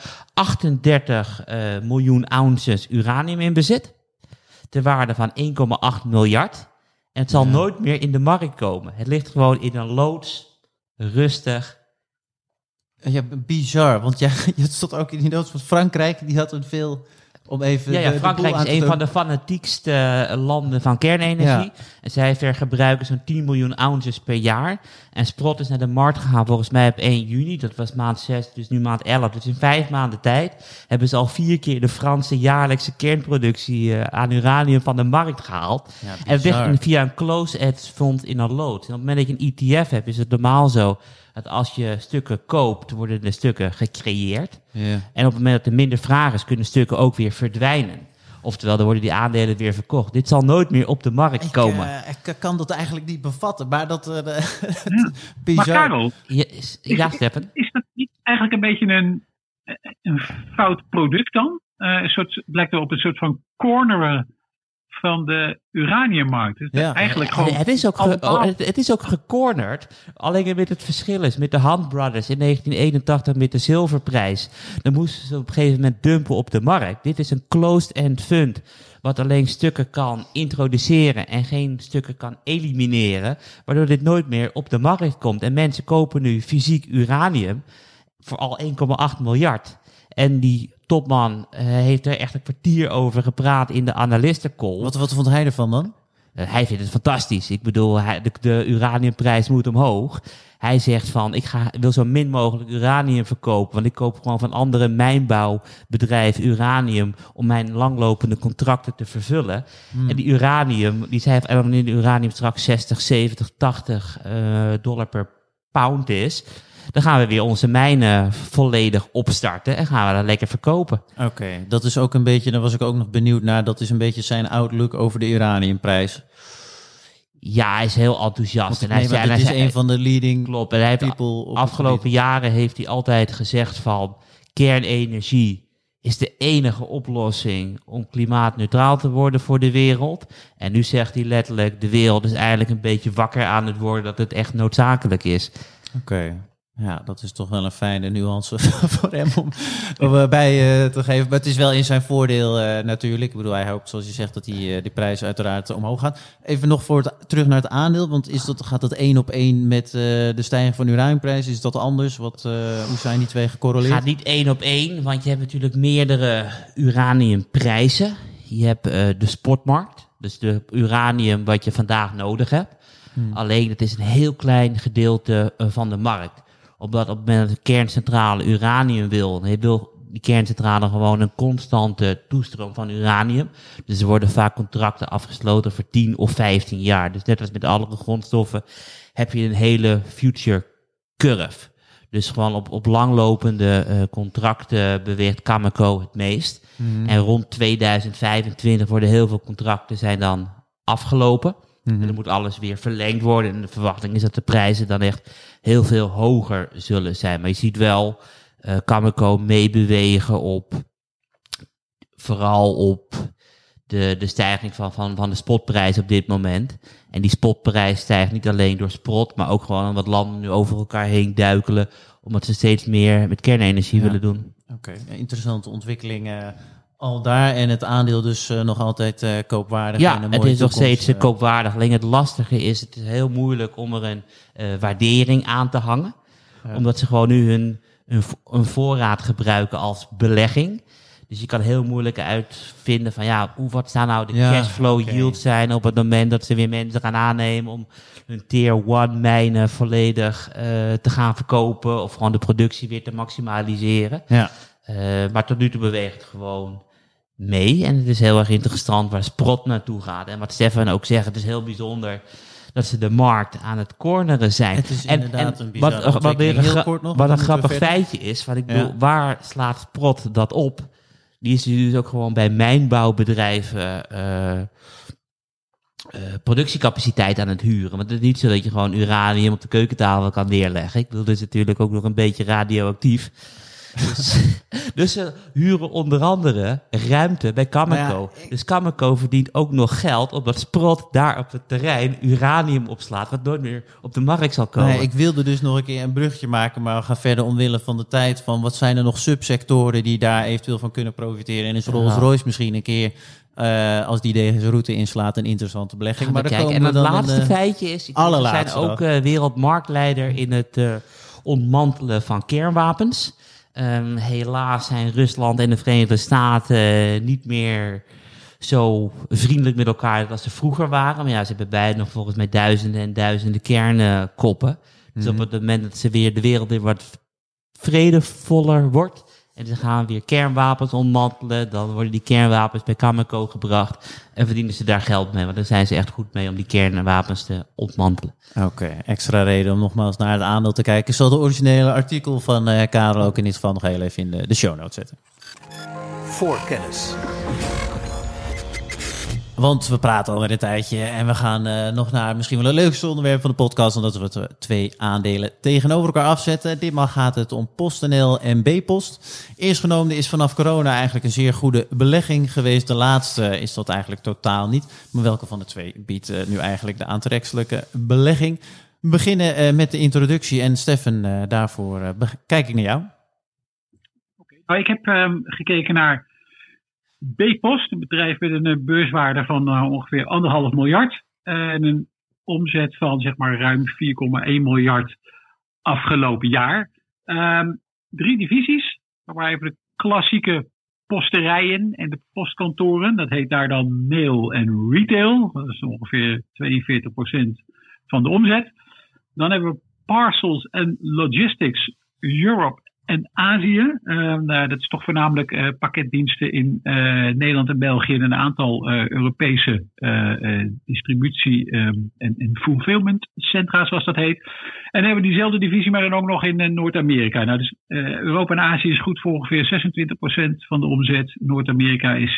38 miljoen ounces uranium in bezit, ter waarde van 1,8 miljard. En het zal nooit meer in de markt komen. Het ligt gewoon in een loods, rustig. Ja, bizar. Want het stond ook in die notes van Frankrijk. Die had een veel... Om even Frankrijk is een van de fanatiekste landen van kernenergie. Ja. En zij vergebruiken zo'n 10 miljoen ounces per jaar. En Sprott is naar de markt gegaan volgens mij op 1 juni. Dat was maand 6, dus nu maand 11. Dus in 5 maanden tijd hebben ze al 4 keer de Franse jaarlijkse kernproductie aan uranium van de markt gehaald. Ja, en het ligt via een closed-end fund in een lood. En op het moment dat je een ETF hebt, is het normaal zo dat als je stukken koopt, worden de stukken gecreëerd. Yeah. En op het moment dat er minder vraag is, kunnen stukken ook weer verdwijnen. Oftewel, dan worden die aandelen weer verkocht. Dit zal nooit meer op de markt komen. Ik kan dat eigenlijk niet bevatten, maar dat... Maar Karel, Steffen? Is dat niet eigenlijk een beetje een fout product dan? Blijkt er op een soort van corneren van de uraniummarkt. Dus eigenlijk gewoon het is ook gecornerd. Alleen met het verschil is, met de Hunt Brothers in 1981 met de zilverprijs, dan moesten ze op een gegeven moment dumpen op de markt. Dit is een closed-end fund, wat alleen stukken kan introduceren en geen stukken kan elimineren, waardoor dit nooit meer op de markt komt. En mensen kopen nu fysiek uranium voor al 1,8 miljard. En die topman heeft er echt een kwartier over gepraat in de analistencall. Wat vond hij ervan dan? Hij vindt het fantastisch. Ik bedoel, de uraniumprijs moet omhoog. Hij zegt van, ik wil zo min mogelijk uranium verkopen. Want ik koop gewoon van andere mijnbouwbedrijven uranium om mijn langlopende contracten te vervullen. En die uranium, die zei wanneer de uranium straks 60, 70, 80 dollar per pound is, dan gaan we weer onze mijnen volledig opstarten en gaan we dat lekker verkopen. Oké, dat is ook een beetje, daar was ik ook nog benieuwd naar, dat is een beetje zijn outlook over de uraniumprijs. Ja, hij is heel enthousiast. Het is een van de leading klopt, en hij heeft people. Afgelopen jaren heeft hij altijd gezegd van kernenergie is de enige oplossing om klimaatneutraal te worden voor de wereld. En nu zegt hij letterlijk, de wereld is eigenlijk een beetje wakker aan het worden dat het echt noodzakelijk is. Oké. Ja, dat is toch wel een fijne nuance voor hem om bij te geven. Maar het is wel in zijn voordeel natuurlijk. Ik bedoel, hij hoopt, zoals je zegt, dat die prijs uiteraard omhoog gaat. Even nog terug naar het aandeel. Want gaat dat 1 op 1 met de stijging van de uraniumprijs? Is dat anders? Hoe zijn die twee gecorreleerd? Het gaat niet 1 op 1, want je hebt natuurlijk meerdere uraniumprijzen. Je hebt de spotmarkt, dus de uranium wat je vandaag nodig hebt. Alleen, het is een heel klein gedeelte van de markt. Omdat op het moment dat de kerncentrale uranium wil die kerncentrale gewoon een constante toestroom van uranium. Dus er worden vaak contracten afgesloten voor 10 of 15 jaar. Dus net als met alle grondstoffen heb je een hele future curve. Dus gewoon op langlopende contracten beweegt Cameco het meest. En rond 2025 worden heel veel contracten zijn dan afgelopen. En dan moet alles weer verlengd worden. En de verwachting is dat de prijzen dan echt heel veel hoger zullen zijn. Maar je ziet wel Cameco meebewegen vooral op de stijging van de spotprijs op dit moment. En die spotprijs stijgt niet alleen door sprot, maar ook gewoon omdat landen nu over elkaar heen duikelen, omdat ze steeds meer met kernenergie willen doen. Oké, interessante ontwikkelingen al daar. En het aandeel dus nog altijd koopwaardig. Ja, en een het mooie is nog toekomst, steeds koopwaardig. Alleen het lastige is, het is heel moeilijk om er een waardering aan te hangen. Ja. Omdat ze gewoon nu een voorraad gebruiken als belegging. Dus je kan heel moeilijk uitvinden van wat zou nou de cashflow yield zijn op het moment dat ze weer mensen gaan aannemen om hun tier 1 mijnen volledig te gaan verkopen of gewoon de productie weer te maximaliseren. Ja. Maar tot nu toe beweegt het gewoon mee. En het is heel erg interessant waar Sprott naartoe gaat. En wat Stefan ook zegt, het is heel bijzonder dat ze de markt aan het corneren zijn. Het is inderdaad een bizarre ontwikkeling. Wat een grappig feitje is, ik bedoel, waar slaat Sprott dat op? Die is dus ook gewoon bij mijnbouwbedrijven productiecapaciteit aan het huren. Want het is niet zo dat je gewoon uranium op de keukentafel kan neerleggen. Ik bedoel, dit is natuurlijk ook nog een beetje radioactief. Dus ze huren onder andere ruimte bij Cameco. Dus Cameco verdient ook nog geld omdat Sprott daar op het terrein uranium opslaat, wat nooit meer op de markt zal komen. Nee, ik wilde dus nog een keer een bruggetje maken, maar we gaan verder omwille van de tijd. Van wat zijn er nog subsectoren die daar eventueel van kunnen profiteren? En is Rolls-Royce misschien een keer, als die deze route inslaat, een interessante belegging. Maar en het laatste feitje is, ze zijn ook wereldmarktleider in het ontmantelen van kernwapens. Helaas zijn Rusland en de Verenigde Staten niet meer zo vriendelijk met elkaar als ze vroeger waren. Maar ze hebben beide nog volgens mij duizenden en duizenden kernkoppen. Dus op het moment dat ze weer de wereld weer wat vredevoller wordt en ze gaan weer kernwapens ontmantelen, dan worden die kernwapens bij Cameco gebracht en verdienen ze daar geld mee. Want daar zijn ze echt goed mee om die kernwapens te ontmantelen. Oké, extra reden om nogmaals naar het aandeel te kijken. Ik zal de originele artikel van Karel ook in dit geval nog heel even in de show notes zetten. Voorkennis. Want we praten alweer een tijdje en we gaan nog naar misschien wel het leukste onderwerp van de podcast, omdat we 2 aandelen tegenover elkaar afzetten. Ditmaal gaat het om PostNL en Bpost. Eerstgenoemde is vanaf corona eigenlijk een zeer goede belegging geweest. De laatste is dat eigenlijk totaal niet. Maar welke van de 2 biedt nu eigenlijk de aantrekkelijke belegging? We beginnen met de introductie en Stefan, daarvoor kijk ik naar jou. Okay. Ik heb gekeken naar Bpost, een bedrijf met een beurswaarde van ongeveer 1,5 miljard. En een omzet van zeg maar ruim 4,1 miljard afgelopen jaar. 3 divisies, waarbij we de klassieke posterijen en de postkantoren. Dat heet daar dan mail en retail. Dat is ongeveer 42% van de omzet. Dan hebben we Parcels and Logistics Europe en Azië. Dat is toch voornamelijk pakketdiensten in Nederland en België en een aantal Europese distributie- en fulfillment centra, zoals dat heet. En dan hebben we diezelfde divisie, maar dan ook nog in Noord-Amerika. Nou, dus Europa en Azië is goed voor ongeveer 26% van de omzet. Noord-Amerika is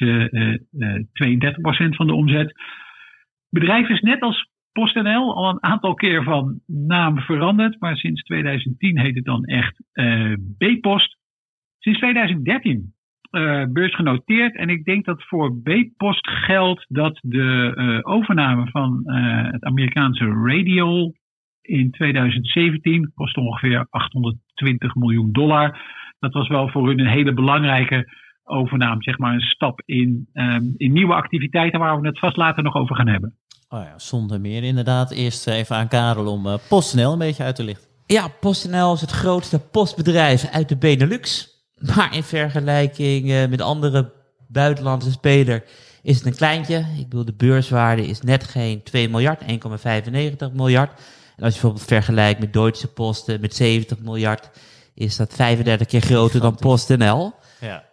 32% van de omzet. Het bedrijf is net als PostNL al een aantal keer van naam veranderd, maar sinds 2010 heet het dan echt B-Post. Sinds 2013 beursgenoteerd en ik denk dat voor B-Post geldt dat de overname van het Amerikaanse Radial in 2017 kostte ongeveer $820 miljoen. Dat was wel voor hun een hele belangrijke overname, zeg maar een stap in nieuwe activiteiten waar we het vast later nog over gaan hebben. Oh ja, zonder meer inderdaad. Eerst even aan Karel om PostNL een beetje uit te lichten. Ja, PostNL is het grootste postbedrijf uit de Benelux. Maar in vergelijking met andere buitenlandse speler is het een kleintje. Ik bedoel, de beurswaarde is net geen 2 miljard, 1,95 miljard. En als je bijvoorbeeld vergelijkt met Deutsche Post met 70 miljard, is dat 35 keer groter dan PostNL. Ja.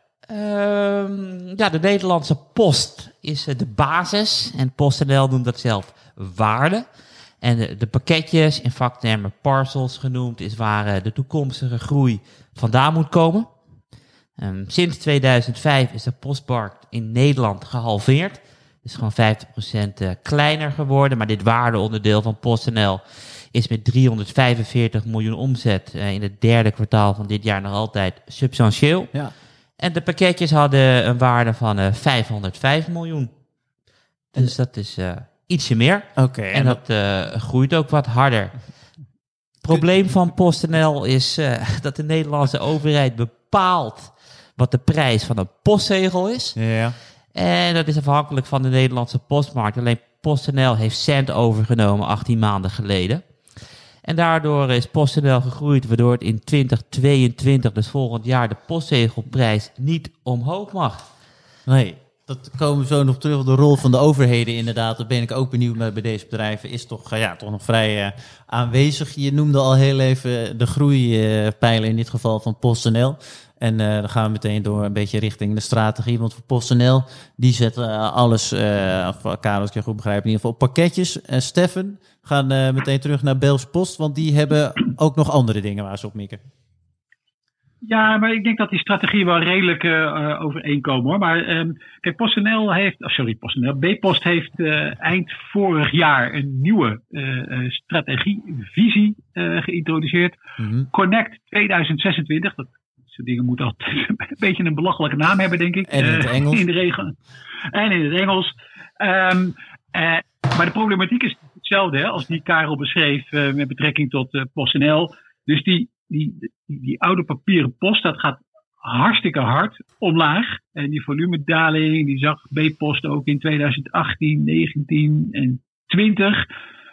De Nederlandse post is de basis en PostNL noemt dat zelf waarde. En de pakketjes, in vaktermen parcels genoemd, is waar de toekomstige groei vandaan moet komen. Sinds 2005 is de postmarkt in Nederland gehalveerd. Dus gewoon 50% kleiner geworden. Maar dit waardeonderdeel van PostNL is met 345 miljoen omzet in het derde kwartaal van dit jaar nog altijd substantieel. Ja. En de pakketjes hadden een waarde van 505 miljoen. Dus dat is ietsje meer. Oké. En dat groeit ook wat harder. Het probleem van PostNL is dat de Nederlandse overheid bepaalt wat de prijs van een postzegel is. Ja. En dat is afhankelijk van de Nederlandse postmarkt. Alleen PostNL heeft Cent overgenomen 18 maanden geleden. En daardoor is PostNL gegroeid, waardoor het in 2022, dus volgend jaar, de postzegelprijs niet omhoog mag. Nee, dat komen we zo nog terug op de rol van de overheden inderdaad. Daar ben ik ook benieuwd naar bij deze bedrijven. Is toch nog vrij aanwezig. Je noemde al heel even de groeipijlen in dit geval van PostNL. En dan gaan we meteen door een beetje richting de strategie. Want voor PostNL, die zet alles, Karel, als ik je goed begrijp, in ieder geval op pakketjes. Steffen, gaan meteen terug naar Belgische Post, want die hebben ook nog andere dingen waar ze op mikken. Ja, maar ik denk dat die strategie wel redelijk overeenkomen hoor. Maar kijk, B-Post heeft eind vorig jaar een nieuwe strategievisie geïntroduceerd. Mm-hmm. Connect 2026, dat soort dingen moeten altijd een beetje een belachelijke naam hebben, denk ik. En in het Engels. In de regel. En in het Engels. Maar de problematiek is hetzelfde hè, als die Karel beschreef met betrekking tot PostNL. Dus die oude papieren post, dat gaat hartstikke hard omlaag. En die volumedaling, die zag B-Post ook in 2018, 19 en 20.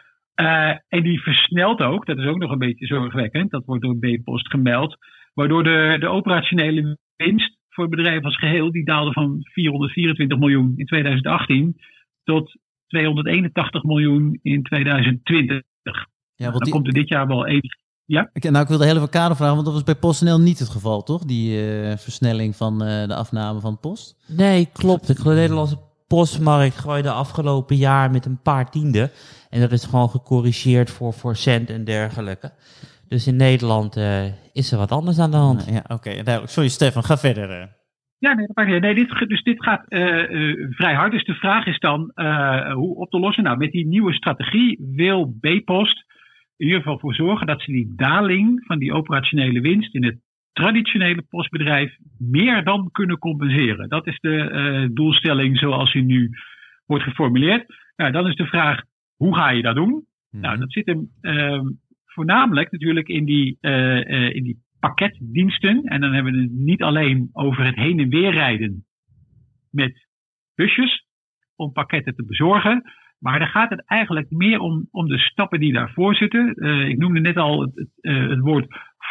En die versnelt ook, dat is ook nog een beetje zorgwekkend. Dat wordt door B-Post gemeld. Waardoor de operationele winst voor het bedrijf als geheel, die daalde van 424 miljoen in 2018 tot 281 miljoen in 2020. Ja, dan komt er dit jaar wel even. Ja? Ik wilde heel even Karel vragen, want dat was bij PostNL niet het geval, toch? Die versnelling van de afname van post? Nee, klopt. De Nederlandse postmarkt groeide afgelopen jaar met een paar tienden. En dat is gewoon gecorrigeerd voor Cent en dergelijke. Dus in Nederland is er wat anders aan de hand. Ja, oké, duidelijk. Sorry, Stefan, ga verder. Ja, dit gaat vrij hard. Dus de vraag is dan hoe op te lossen. Nou, met die nieuwe strategie wil B-Post in ieder geval voor zorgen dat ze die daling van die operationele winst in het traditionele postbedrijf meer dan kunnen compenseren. Dat is de doelstelling zoals die nu wordt geformuleerd. Nou, dan is de vraag, hoe ga je dat doen? Mm-hmm. Nou, dat zit hem voornamelijk natuurlijk in die pakketdiensten. En dan hebben we het niet alleen over het heen en weer rijden met busjes om pakketten te bezorgen. Maar dan gaat het eigenlijk meer om de stappen die daarvoor zitten. Ik noemde net al het woord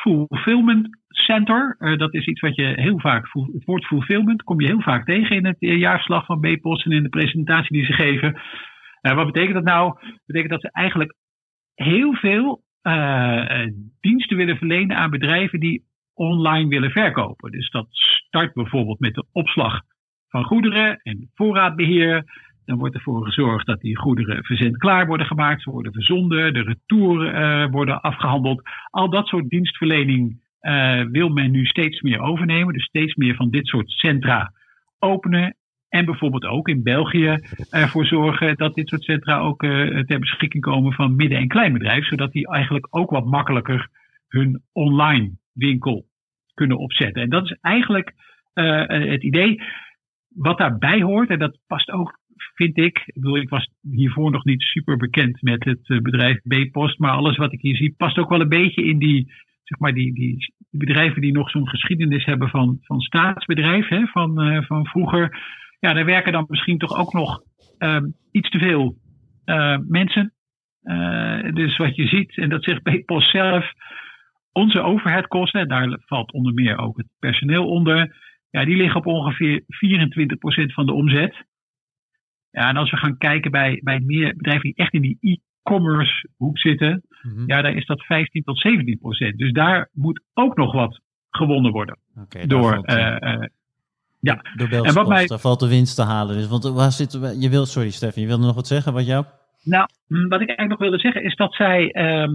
fulfillment center. Dat is iets wat je heel vaak, het woord fulfillment kom je heel vaak tegen in het jaarverslag van B-Post en in de presentatie die ze geven. Wat betekent dat nou? Dat betekent dat ze eigenlijk heel veel diensten willen verlenen aan bedrijven die online willen verkopen. Dus dat start bijvoorbeeld met de opslag van goederen en voorraadbeheer. Dan wordt ervoor gezorgd dat die goederen verzendklaar worden gemaakt. Ze worden verzonden, de retour worden afgehandeld. Al dat soort dienstverlening wil men nu steeds meer overnemen. Dus steeds meer van dit soort centra openen. En bijvoorbeeld ook in België ervoor zorgen dat dit soort centra ook ter beschikking komen van midden- en kleinbedrijf. Zodat die eigenlijk ook wat makkelijker hun online winkel kunnen opzetten. En dat is eigenlijk het idee wat daarbij hoort. En dat past ook, vind ik. Ik was hiervoor nog niet super bekend met het bedrijf B-Post. Maar alles wat ik hier zie past ook wel een beetje in die, zeg maar, die bedrijven die nog zo'n geschiedenis hebben van staatsbedrijf. Hè, van vroeger. Ja, daar werken dan misschien toch ook nog iets te veel mensen. Dus wat je ziet, en dat zegt B-Post zelf, onze overheadkosten, daar valt onder meer ook het personeel onder, ja, die liggen op ongeveer 24% van de omzet. Ja, en als we gaan kijken bij meer bedrijven die echt in die e-commerce hoek zitten, ja, daar is dat 15 tot 17%. Dus daar moet ook nog wat gewonnen worden. Okay, door ja. Door Belgische Post, daar valt de winst te halen. Dus, want waar zit, sorry Stefan, je wilde nog wat zeggen? Wat ik eigenlijk nog wilde zeggen is dat zij,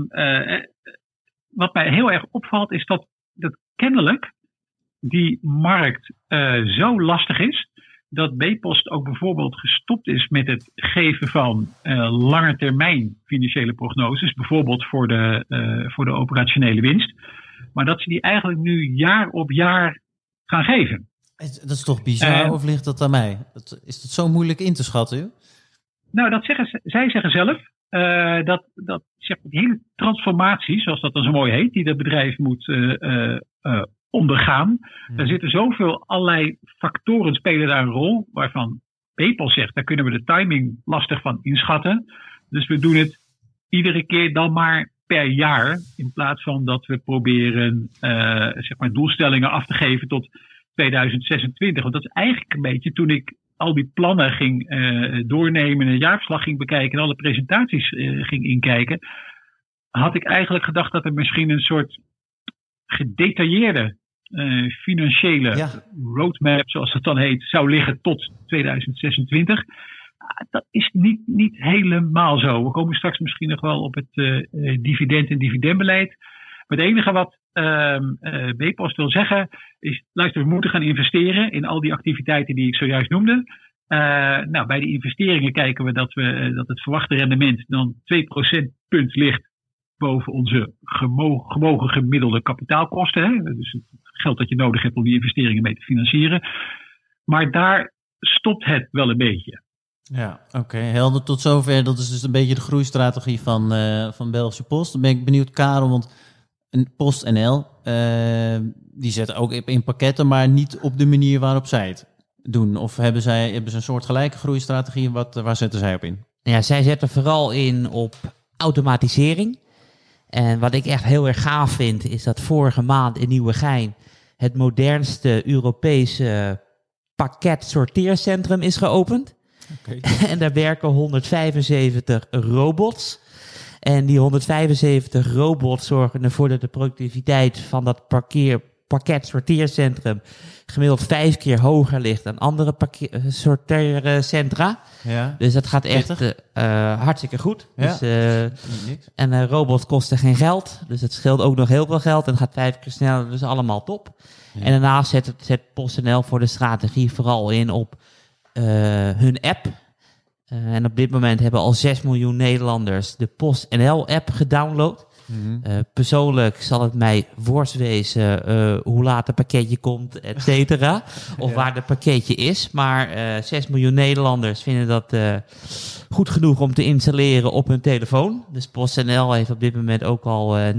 wat mij heel erg opvalt, is dat kennelijk die markt zo lastig is, dat B-Post ook bijvoorbeeld gestopt is met het geven van langetermijn financiële prognoses, bijvoorbeeld voor de operationele winst, maar dat ze die eigenlijk nu jaar op jaar gaan geven. Dat is toch bizar, of ligt dat aan mij? Is dat zo moeilijk in te schatten? Nou, zij zeggen zelf dat zeg, die hele transformatie, zoals dat dan zo mooi heet, die dat bedrijf moet ondergaan. Daar zitten zoveel allerlei factoren spelen daar een rol, waarvan B-Post zegt, daar kunnen we de timing lastig van inschatten. Dus we doen het iedere keer dan maar per jaar, in plaats van dat we proberen zeg maar doelstellingen af te geven tot 2026. Want dat is eigenlijk een beetje toen ik al die plannen ging doornemen, een jaarverslag ging bekijken en alle presentaties ging inkijken, had ik eigenlijk gedacht dat er misschien een soort gedetailleerde financiële roadmap, zoals dat dan heet, zou liggen tot 2026. Dat is niet helemaal zo. We komen straks misschien nog wel op het dividend en dividendbeleid. Maar het enige wat B-Post wil zeggen is, luister, we moeten gaan investeren in al die activiteiten die ik zojuist noemde. Nou, bij die investeringen kijken we dat het verwachte rendement dan 2 procentpunt ligt boven onze gewogen gemiddelde kapitaalkosten. Hè? Dus het geld dat je nodig hebt om die investeringen mee te financieren. Maar daar stopt het wel een beetje. Ja, oké. Helder tot zover. Dat is dus een beetje de groeistrategie van Belgische Post. Dan ben ik benieuwd, Karel, want PostNL, die zetten ook in pakketten, maar niet op de manier waarop zij het doen. Of hebben ze een soortgelijke groeistrategie? Waar zetten zij op in? Ja, zij zetten vooral in op automatisering. En wat ik echt heel erg gaaf vind, is dat vorige maand in Nieuwegein het modernste Europese pakketsorteercentrum is geopend. Okay. En daar werken 175 robots. En die 175 robots zorgen ervoor dat de productiviteit van dat pakketsorteercentrum gemiddeld 5 keer hoger ligt dan andere sorteercentra. Ja. Dus dat gaat echt hartstikke goed. Ja. Dus, en robots kosten geen geld. Dus het scheelt ook nog heel veel geld. En het gaat 5 keer sneller. Dus allemaal top. Ja. En daarnaast zet PostNL voor de strategie vooral in op hun app. En op dit moment hebben al 6 miljoen Nederlanders de PostNL-app gedownload. Mm-hmm. Persoonlijk zal het mij worst wezen hoe laat het pakketje komt, et cetera. Of waar het pakketje is. Maar 6 miljoen Nederlanders vinden dat goed genoeg om te installeren op hun telefoon. Dus PostNL heeft op dit moment ook al 90%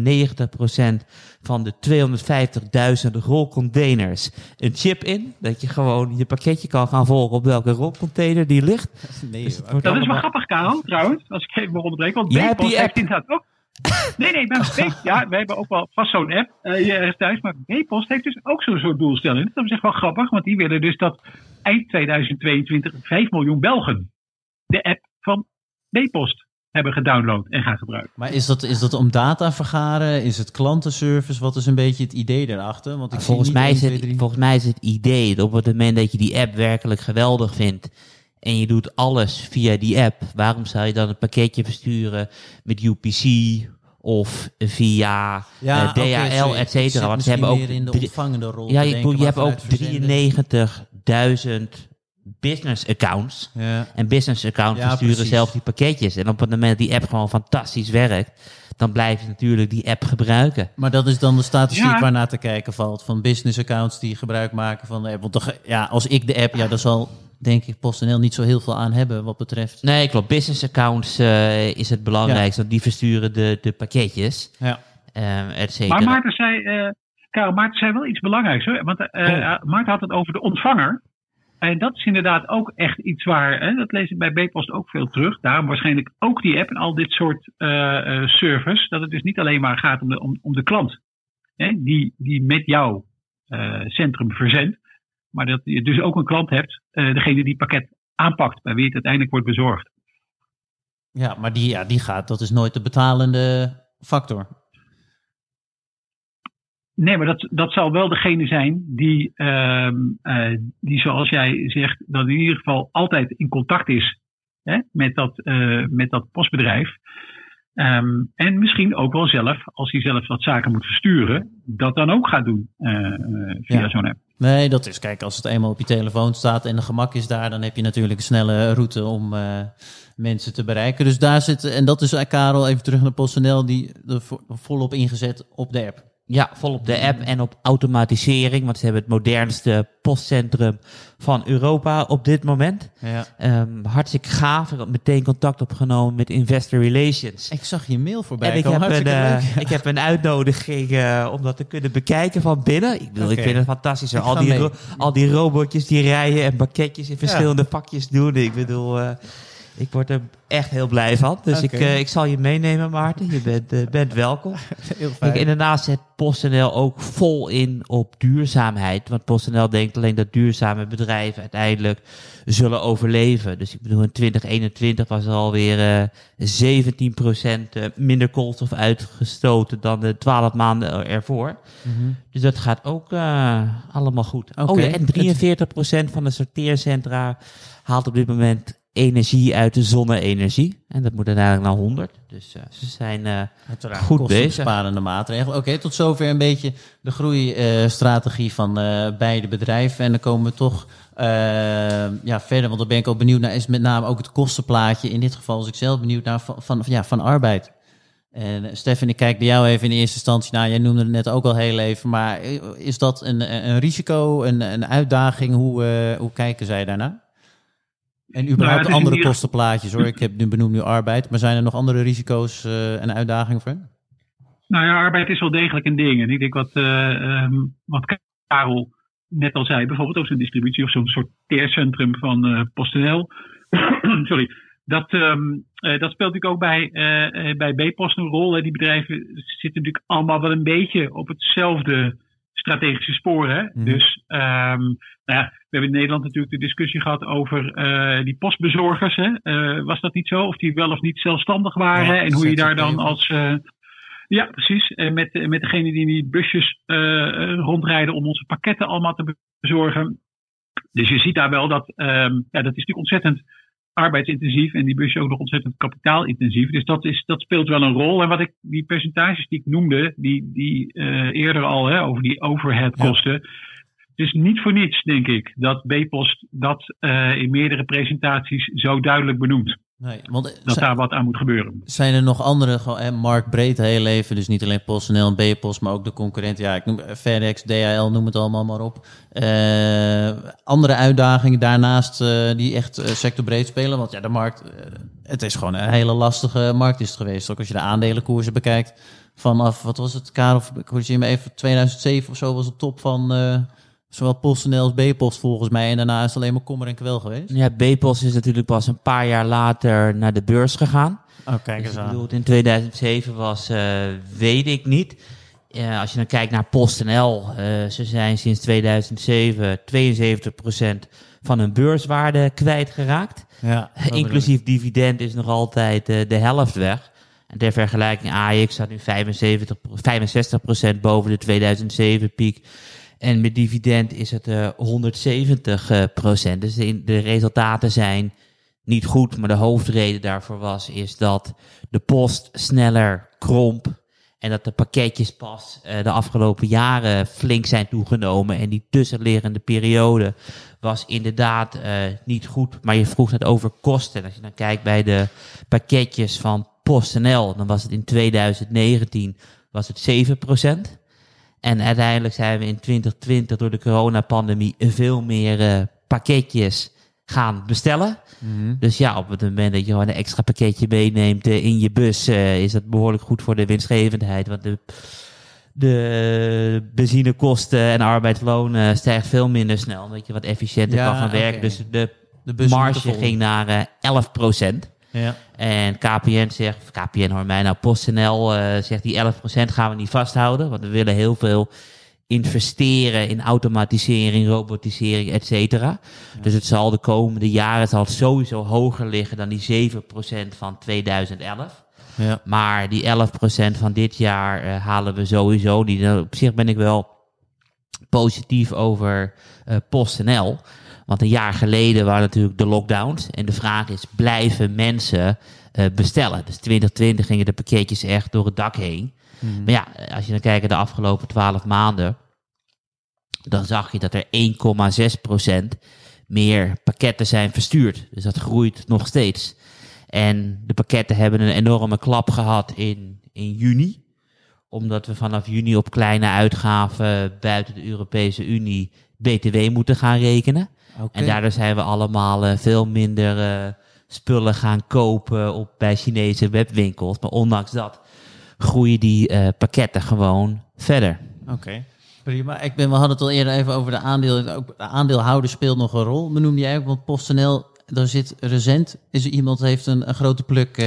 van de 250.000 rolcontainers een chip in. Dat je gewoon je pakketje kan gaan volgen op welke rolcontainer die ligt. Nee, dus dat is wel grappig, Karel, trouwens. Als ik even mag onderbreken. Want B-Post heeft inderdaad ook. Nee, maar we hebben ook wel vast zo'n app hier ergens thuis. Maar B-Post heeft dus ook zo'n soort doelstelling. Dat is echt wel grappig, want die willen dus dat eind 2022 5 miljoen Belgen de app van B-Post hebben gedownload en gaan gebruiken. Maar is dat om data vergaren? Is het klantenservice? Wat is een beetje het idee daarachter? Want volgens mij is het idee dat op het moment dat je die app werkelijk geweldig vindt en je doet alles via die app, waarom zou je dan een pakketje versturen met UPC of via DHL, et cetera? Want ze hebben ook in de ontvangende rol. Ja, je hebt ook 93.000 business accounts. Ja. En business accounts versturen zelf die pakketjes. En op het moment dat die app gewoon fantastisch werkt, dan blijf je natuurlijk die app gebruiken. Maar dat is dan de statistiek waarnaar te kijken valt. Van business accounts die gebruik maken van de app. Want toch, als ik de app, daar zal denk ik PostNL niet zo heel veel aan hebben wat betreft. Nee, klopt. Business accounts is het belangrijkste. Want die versturen de pakketjes. Ja. Et cetera. Maar Maarten zei wel iets belangrijks, hoor. Want Maarten had het over de ontvanger. En dat is inderdaad ook echt iets waar, dat lees ik bij B-Post ook veel terug. Daarom waarschijnlijk ook die app en al dit soort service. Dat het dus niet alleen maar gaat om de klant. Die met jouw centrum verzendt. Maar dat je dus ook een klant hebt, degene die het pakket aanpakt. Bij wie het uiteindelijk wordt bezorgd. Ja, maar die gaat, dat is nooit de betalende factor. Nee, maar dat zal wel degene zijn die zoals jij zegt, dat in ieder geval altijd in contact is met dat postbedrijf. En misschien ook wel zelf, als hij zelf wat zaken moet versturen, dat dan ook gaat doen via zo'n app. Nee, dat is, kijk, als het eenmaal op je telefoon staat en de gemak is daar, dan heb je natuurlijk een snelle route om mensen te bereiken. Dus daar zit, en dat is Karel, even terug naar PostNL, die er volop ingezet op de app. Ja, vol op de app en op automatisering, want ze hebben het modernste postcentrum van Europa op dit moment. Ja. Hartstikke gaaf. Ik had meteen contact opgenomen met Investor Relations. Ik zag je mail voorbij en ik heb een uitnodiging om dat te kunnen bekijken van binnen. Ik vind het fantastisch. Al die robotjes die rijden en pakketjes in verschillende vakjes doen. Ik bedoel, ik word er echt heel blij van. Dus ik zal je meenemen, Maarten. Je bent welkom. Heel fijn. En daarnaast zet PostNL ook vol in op duurzaamheid. Want PostNL denkt alleen dat duurzame bedrijven uiteindelijk zullen overleven. Dus ik bedoel, in 2021 was er alweer 17% minder koolstof uitgestoten dan de 12 maanden ervoor. Mm-hmm. Dus dat gaat ook allemaal goed. En 43% van de sorteercentra haalt op dit moment energie uit de zonne-energie. En dat moet uiteindelijk naar 100. Dus ze zijn goed bezig. Sparende maatregelen. Oké, tot zover een beetje de groeistrategie van beide bedrijven. En dan komen we toch verder. Want dan ben ik ook benieuwd naar, is met name ook het kostenplaatje. In dit geval was ik zelf benieuwd naar van arbeid. En Stefan, ik kijk bij jou even in eerste instantie. Nou, jij noemde het net ook al heel even. Maar is dat een risico, een uitdaging? Hoe kijken zij daarnaar? En überhaupt andere kostenplaatjes, hoor. Ik heb benoemd nu arbeid. Maar zijn er nog andere risico's en uitdagingen voor hen? Nou ja, arbeid is wel degelijk een ding. En ik denk wat Karel net al zei, bijvoorbeeld ook zo'n distributie of zo'n sorteercentrum van PostNL. Sorry. Dat speelt natuurlijk ook bij B-Post een rol. Die bedrijven zitten natuurlijk allemaal wel een beetje op hetzelfde strategische spoor. Hè? Mm. Dus we hebben in Nederland natuurlijk de discussie gehad over die postbezorgers. Hè? Was dat niet zo? Of die wel of niet zelfstandig waren. En hoe je daar dan als... ja, precies. Met degene die die busjes rondrijden om onze pakketten allemaal te bezorgen. Dus je ziet daar wel dat... dat is natuurlijk ontzettend arbeidsintensief. En die busjes ook nog ontzettend kapitaalintensief. Dus dat speelt wel een rol. En die percentages die ik noemde, die eerder al over die overheadkosten... Ja. Het is niet voor niets, denk ik, dat B-Post dat in meerdere presentaties zo duidelijk benoemt. Nee, want dat daar wat aan moet gebeuren. Zijn er nog andere, marktbreed heel even, dus niet alleen PostNL en B-Post, maar ook de concurrenten. Ja, ik noem FedEx, DHL, noem het allemaal maar op. Andere uitdagingen daarnaast die echt sectorbreed spelen. Want ja, de markt, het is gewoon een hele lastige markt is het geweest. Ook als je de aandelenkoersen bekijkt vanaf, wat was het, Karel, corrigeer me even, 2007 of zo was de top van... zowel PostNL als B-Post volgens mij. En daarna is het alleen maar kommer en kwel geweest. Ja, B-Post is natuurlijk pas een paar jaar later naar de beurs gegaan. Oh, kijk eens Dus ik aan. bedoel, het in 2007 was, weet ik niet. Als je dan kijkt naar PostNL, ze zijn sinds 2007 72% van hun beurswaarde kwijtgeraakt. Ja, Inclusief dividend is nog altijd de helft weg. En ter vergelijking, AX staat nu 65% boven de 2007 piek. En met dividend is het 170%. Dus de resultaten zijn niet goed. Maar de hoofdreden daarvoor is dat de post sneller kromp. En dat de pakketjes pas de afgelopen jaren flink zijn toegenomen. En die tussenliggende periode was inderdaad niet goed. Maar je vroeg net over kosten. En als je dan kijkt bij de pakketjes van PostNL, dan was het in 2019 was het 7%. En uiteindelijk zijn we in 2020 door de coronapandemie veel meer pakketjes gaan bestellen. Mm-hmm. Dus ja, op het moment dat je gewoon een extra pakketje meeneemt in je bus, is dat behoorlijk goed voor de winstgevendheid. Want de benzinekosten en arbeidsloon stijgt veel minder snel, omdat je wat efficiënter kan gaan werken. Dus de marge ging naar 11%. Ja. En KPN hoor mij nou, PostNL zegt die 11% gaan we niet vasthouden, want we willen heel veel investeren in automatisering, robotisering, et cetera. Ja. Dus het zal de komende jaren sowieso hoger liggen dan die 7% van 2011. Ja. Maar die 11% van dit jaar halen we sowieso niet. Op zich ben ik wel positief over PostNL. Want een jaar geleden waren natuurlijk de lockdowns. En de vraag is, blijven mensen bestellen? Dus 2020 gingen de pakketjes echt door het dak heen. Mm-hmm. Maar ja, als je dan kijkt naar de afgelopen 12 maanden, dan zag je dat er 1,6% meer pakketten zijn verstuurd. Dus dat groeit nog steeds. En de pakketten hebben een enorme klap gehad in juni. Omdat we vanaf juni op kleine uitgaven buiten de Europese Unie BTW moeten gaan rekenen. Okay. En daardoor zijn we allemaal veel minder spullen gaan kopen bij Chinese webwinkels. Maar ondanks dat groeien die pakketten gewoon verder. Oké. Prima. We hadden het al eerder even over de aandelen. Ook de aandeelhouder speelt nog een rol. Benoemde jij ook, want PostNL, daar zit recent. Is er iemand heeft een grote pluk?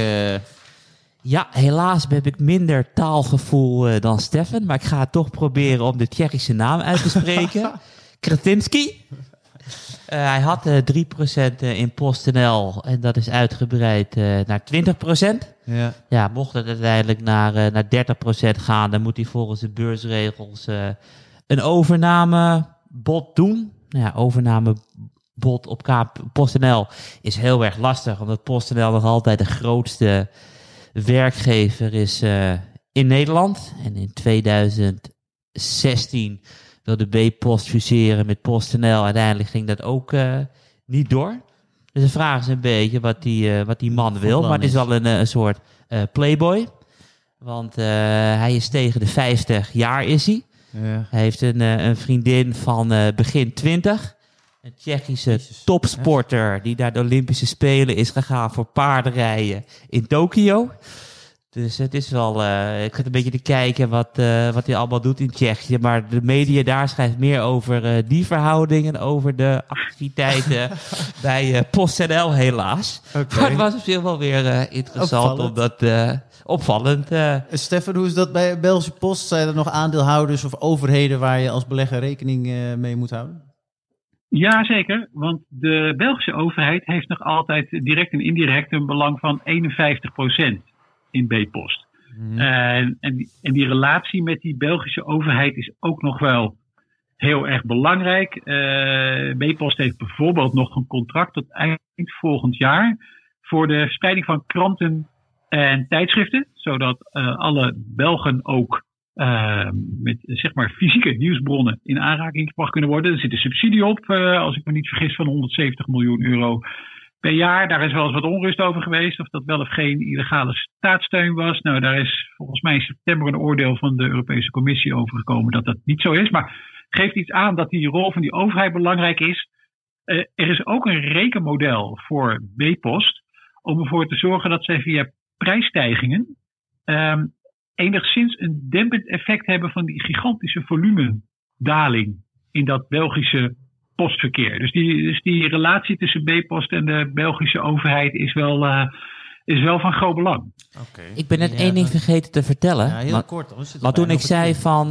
Ja, helaas heb ik minder taalgevoel dan Stefan. Maar ik ga het toch proberen om de Tsjechische naam uit te spreken. Kretinsky. Hij had 3% in PostNL en dat is uitgebreid naar 20%. Ja. Ja, mocht het uiteindelijk naar 30% gaan, dan moet hij volgens de beursregels een overnamebod doen. Ja, overnamebod op PostNL is heel erg lastig, omdat PostNL nog altijd de grootste werkgever is in Nederland. En in 2016 wilde B-Post fuseren met PostNL. Uiteindelijk ging dat ook niet door. Dus de vraag is een beetje wat die man wil. Maar het is wel een soort playboy. Want hij is tegen de 50 jaar is hij. Ja. Hij heeft een vriendin van begin 20. Een Tsjechische topsporter die naar de Olympische Spelen is gegaan voor paardenrijden in Tokio. Dus het is wel, ik zit een beetje te kijken wat hij allemaal doet in Tsjechië. Maar de media daar schrijft meer over die verhoudingen, over de activiteiten bij PostNL helaas. Okay. Maar het was op zich wel weer interessant, omdat opvallend. Stefan, hoe is dat bij Belgische Post? Zijn er nog aandeelhouders of overheden waar je als belegger rekening mee moet houden? Jazeker, want de Belgische overheid heeft nog altijd direct en indirect een belang van 51%. In B-Post. Mm-hmm. En die relatie met die Belgische overheid is ook nog wel heel erg belangrijk. B-Post heeft bijvoorbeeld nog een contract tot eind volgend jaar voor de verspreiding van kranten en tijdschriften, zodat alle Belgen ook met zeg maar fysieke nieuwsbronnen in aanraking gebracht kunnen worden. Er zit een subsidie op, als ik me niet vergis, van €170 miljoen per jaar. Daar is wel eens wat onrust over geweest, of dat wel of geen illegale staatssteun was. Nou, daar is volgens mij in september een oordeel van de Europese Commissie over gekomen dat dat niet zo is. Maar geeft iets aan dat die rol van die overheid belangrijk is. Er is ook een rekenmodel voor B-Post om ervoor te zorgen dat zij via prijsstijgingen enigszins een dempend effect hebben van die gigantische volumedaling in dat Belgische postverkeer. Dus die relatie tussen B-Post en de Belgische overheid is wel is wel van groot belang. Okay. Ik ben net één ding vergeten te vertellen. Ja, heel kort. Maar toen ik zei van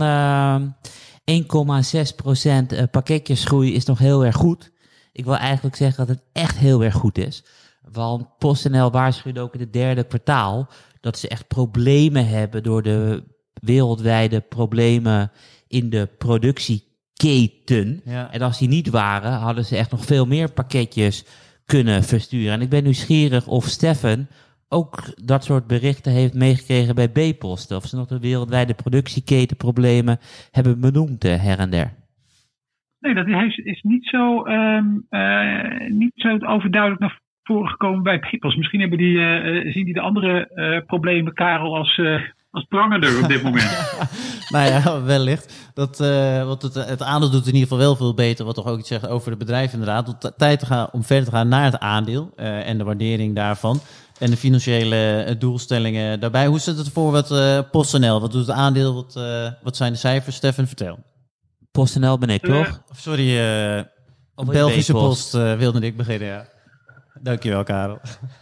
1,6% pakketjesgroei is nog heel erg goed. Ik wil eigenlijk zeggen dat het echt heel erg goed is. Want PostNL waarschuwde ook in het derde kwartaal dat ze echt problemen hebben door de wereldwijde problemen in de productieketen. Ja. En als die niet waren, hadden ze echt nog veel meer pakketjes kunnen versturen. En ik ben nieuwsgierig of Stefan ook dat soort berichten heeft meegekregen bij B-Post. Of ze nog de wereldwijde productieketenproblemen hebben benoemd her en der. Nee, dat is niet zo overduidelijk naar voren gekomen bij B-Post. Misschien zien die de andere problemen, Karel, als prangender op dit moment. Nou ja, wellicht. Want het aandeel doet in ieder geval wel veel beter. Wat toch ook iets zegt over het bedrijf inderdaad. Tijd om verder te gaan naar het aandeel en de waardering daarvan. En de financiële doelstellingen daarbij. Hoe zit het voor PostNL? Wat doet het aandeel? Wat zijn de cijfers? Stefan, vertel. PostNL ben ik, toch? Sorry, Belgische Post wilde ik beginnen, ja. Dankjewel, Karel.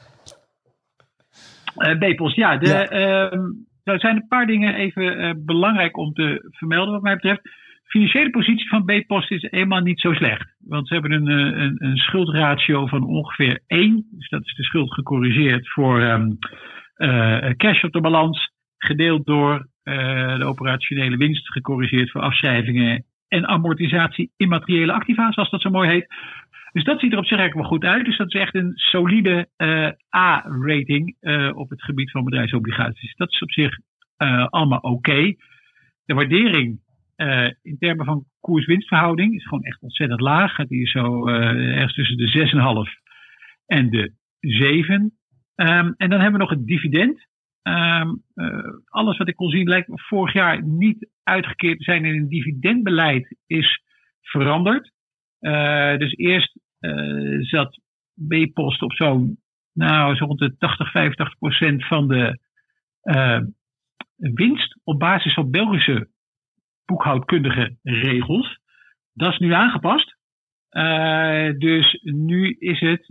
B-Post, ja. Er zijn een paar dingen even belangrijk om te vermelden wat mij betreft. De financiële positie van B-Post is helemaal niet zo slecht. Want ze hebben een schuldratio van ongeveer 1. Dus dat is de schuld gecorrigeerd voor cash op de balans. Gedeeld door de operationele winst gecorrigeerd voor afschrijvingen en amortisatie immateriële activa, zoals dat zo mooi heet. Dus dat ziet er op zich eigenlijk wel goed uit. Dus dat is echt een solide A-rating op het gebied van bedrijfsobligaties. Dat is op zich allemaal oké. De waardering in termen van koers-winstverhouding is gewoon echt ontzettend laag. Die is zo ergens tussen de 6,5 en de 7. En dan hebben we nog het dividend. Alles wat ik kon zien lijkt vorig jaar niet uitgekeerd te zijn in een dividendbeleid is veranderd. Dus eerst zat B-Post op zo rond de 80-85% van de winst op basis van Belgische boekhoudkundige regels. Dat is nu aangepast. Dus nu is het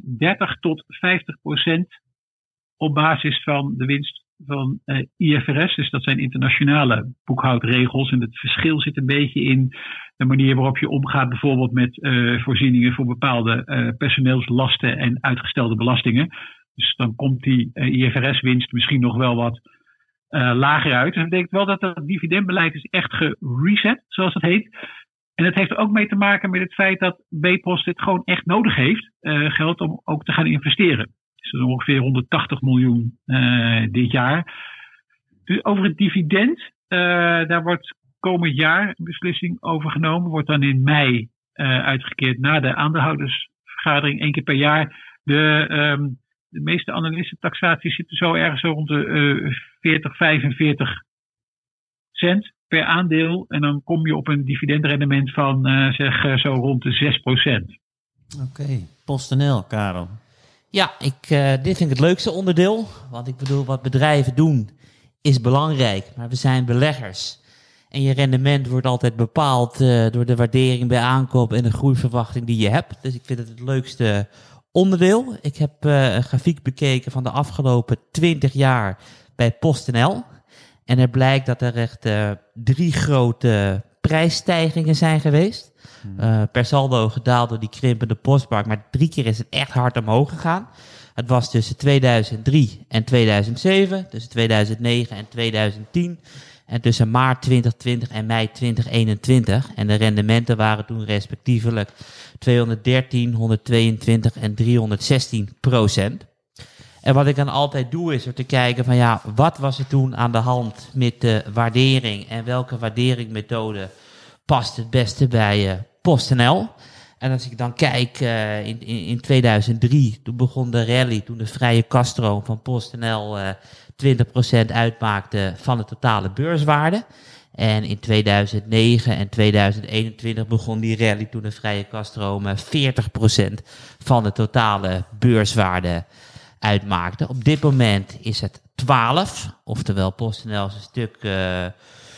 30-50% op basis van de winst van IFRS. Dus dat zijn internationale boekhoudregels. En het verschil zit een beetje in de manier waarop je omgaat bijvoorbeeld met voorzieningen voor bepaalde personeelslasten en uitgestelde belastingen. Dus dan komt die IFRS-winst misschien nog wel wat lager uit. Dus dat betekent wel dat het dividendbeleid is echt gereset, zoals dat heet. En dat heeft ook mee te maken met het feit dat B-Post het gewoon echt nodig heeft, geld om ook te gaan investeren. Dus dat is ongeveer 180 miljoen dit jaar. Dus over het dividend, daar wordt komend jaar een beslissing over genomen. Wordt dan in mei uitgekeerd na de aandeelhoudersvergadering 1 keer per jaar. De meeste analistentaxaties zitten zo ergens rond de 40, 45 cent per aandeel. En dan kom je op een dividendrendement van zo rond de 6%. Oké, PostNL, Karel. Ja, dit vind ik het leukste onderdeel. Want ik bedoel, wat bedrijven doen is belangrijk. Maar we zijn beleggers. En je rendement wordt altijd bepaald door de waardering bij aankoop en de groeiverwachting die je hebt. Dus ik vind het leukste onderdeel. Ik heb een grafiek bekeken van de afgelopen 20 jaar bij PostNL. En er blijkt dat er echt 3 grote prijsstijgingen zijn geweest. Per saldo gedaald door die krimpende postbank, maar 3 keer is het echt hard omhoog gegaan. Het was tussen 2003 en 2007, tussen 2009 en 2010 en tussen maart 2020 en mei 2021. En de rendementen waren toen respectievelijk 213, 122 en 316%. En wat ik dan altijd doe is er te kijken van wat was er toen aan de hand met de waardering en welke waarderingmethode past het beste bij PostNL. En als ik dan kijk in 2003, toen begon de rally, toen de vrije kasstroom van PostNL 20% uitmaakte van de totale beurswaarde. En in 2009 en 2021 begon die rally toen de vrije kasstroom 40% van de totale beurswaarde uitmaakte. Op dit moment is het 12, oftewel PostNL is een stuk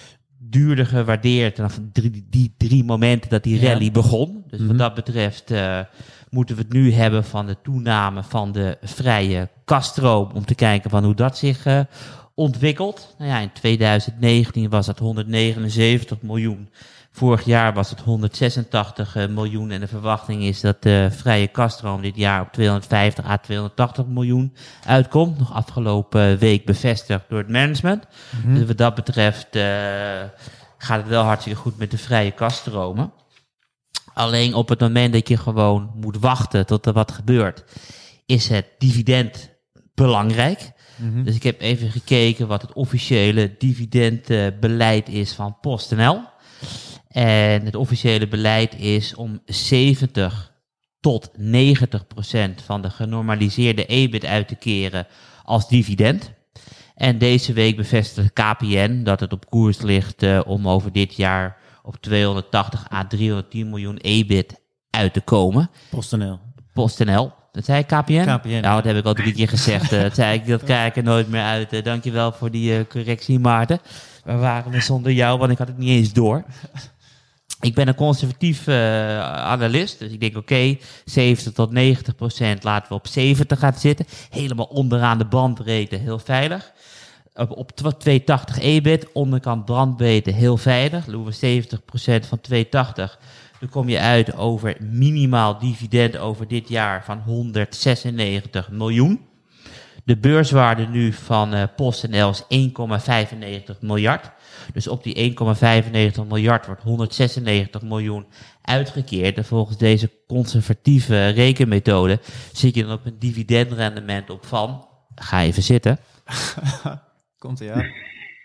duurder gewaardeerd dan die 3 momenten dat die rally begon. Dus wat dat betreft moeten we het nu hebben van de toename van de vrije kasstroom om te kijken van hoe dat zich ontwikkelt. Nou ja, in 2019 was dat 179 miljoen. Vorig jaar was het 186 miljoen en de verwachting is dat de vrije kasstroom dit jaar op 250 à 280 miljoen uitkomt. Nog afgelopen week bevestigd door het management. Dus wat dat betreft gaat het wel hartstikke goed met de vrije kasstromen. Alleen op het moment dat je gewoon moet wachten tot er wat gebeurt, is het dividend belangrijk. Dus ik heb even gekeken wat het officiële dividendbeleid is van PostNL. En het officiële beleid is om 70 tot 90% van de genormaliseerde EBIT uit te keren als dividend. En deze week bevestigde KPN dat het op koers ligt om over dit jaar op 280 à 310 miljoen EBIT uit te komen. PostNL. Dat zei ik KPN? KPN. Nou, dat heb ik al 3 keer gezegd. Dat zei ik, dat kijk er nooit meer uit. Dankjewel voor die correctie, Maarten. Waar waren we zonder jou? Want ik had het niet eens door. Ik ben een conservatief analist, dus ik denk oké, 70 tot 90% laten we op 70 gaan zitten. Helemaal onderaan de bandbreedte, heel veilig. Op 280 EBIT, onderkant bandbreedte, heel veilig. Dan doen we 70% van 280. Dan kom je uit over minimaal dividend over dit jaar van 196 miljoen. De beurswaarde nu van PostNL is 1,95 miljard. Dus op die 1,95 miljard wordt 196 miljoen uitgekeerd. En volgens deze conservatieve rekenmethode zit je dan op een dividendrendement op van, ga even zitten, Komt ie aan.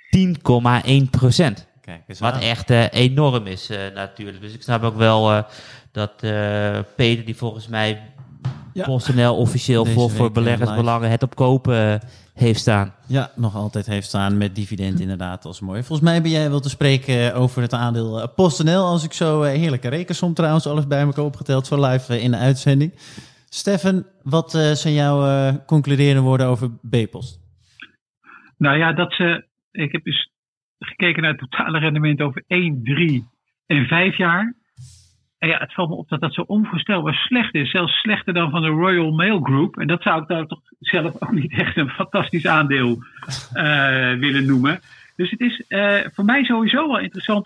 10,1%. Kijk eens Wat aan. echt enorm is natuurlijk. Dus ik snap ook wel dat Peter, die volgens mij PostNL officieel Deze voor week, beleggersbelangen het op kopen heeft staan. Ja, nog altijd heeft staan met dividend inderdaad, als mooi. Volgens mij ben jij wel te spreken over het aandeel PostNL. Als ik zo heerlijke rekensom trouwens, alles bij elkaar opgeteld, zo live in de uitzending. Stefan, wat zijn jouw concluderende woorden over B-Post? Nou ja, ik heb dus gekeken naar het totale rendement over 1, 3 en 5 jaar. En ja, het valt me op dat dat zo onvoorstelbaar slecht is. Zelfs slechter dan van de Royal Mail Group. En dat zou ik nou toch zelf ook niet echt een fantastisch aandeel willen noemen. Dus het is voor mij sowieso wel interessant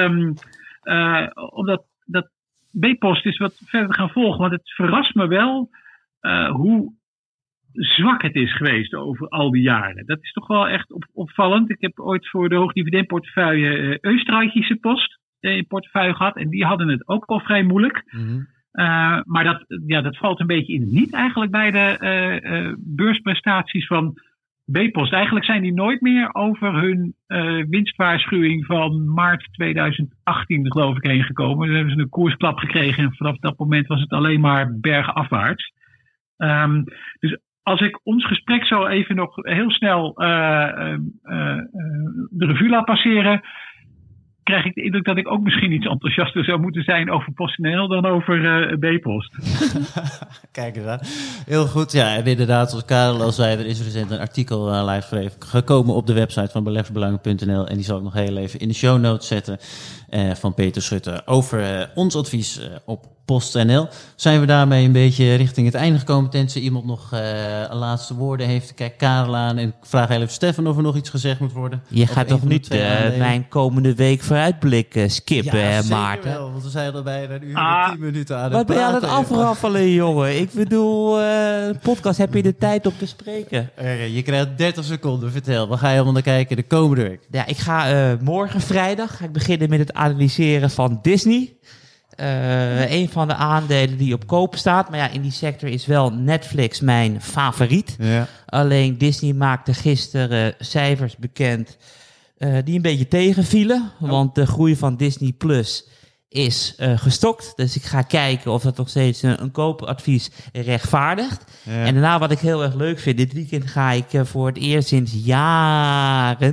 omdat dat B-Post is wat verder te gaan volgen. Want het verrast me wel hoe zwak het is geweest over al die jaren. Dat is toch wel echt opvallend. Ik heb ooit voor de hoogdividendportefeuille Österreichische Post in portefeuille gehad. En die hadden het ook al vrij moeilijk. Maar dat valt een beetje in het niet eigenlijk bij de beursprestaties van B-Post. Eigenlijk zijn die nooit meer over hun winstwaarschuwing van maart 2018 geloof ik heen gekomen. Dan hebben ze een koersklap gekregen en vanaf dat moment was het alleen maar bergenafwaarts. Dus als ik ons gesprek zo even nog heel snel de revue laat passeren, krijg ik de indruk dat ik ook misschien iets enthousiaster zou moeten zijn over PostNL dan over B-Post. Kijk eens aan. Heel goed. Ja, en inderdaad, zoals Karel al zei, er is recent een artikel live gekomen op de website van beleggersbelangen.nl en die zal ik nog heel even in de show notes zetten van Peter Schutte over ons advies op PostNL. Zijn we daarmee een beetje richting het einde gekomen, tenzij iemand nog laatste woorden heeft? Kijk Karel aan en ik vraag even Stefan of er nog iets gezegd moet worden. Je gaat toch niet mijn komende week vooruitblikken skippen, ja, Maarten? Wel, want we zijn al bijna een uur en 10 minuten aan het Wat ben je aan het praten. afraffelen, jongen? Ik bedoel, podcast heb je de tijd om te spreken. Je krijgt 30 seconden. Vertel, waar ga je allemaal naar kijken de komende week? Ja, ik ga morgen vrijdag beginnen met het analyseren van Disney. Een van de aandelen die op koop staat. Maar ja, in die sector is wel Netflix mijn favoriet. Ja. Alleen Disney maakte gisteren cijfers bekend die een beetje tegenvielen. Want de groei van Disney Plus is gestokt. Dus ik ga kijken of dat nog steeds een koopadvies rechtvaardigt. Ja. En daarna wat ik heel erg leuk vind. Dit weekend ga ik voor het eerst sinds jaren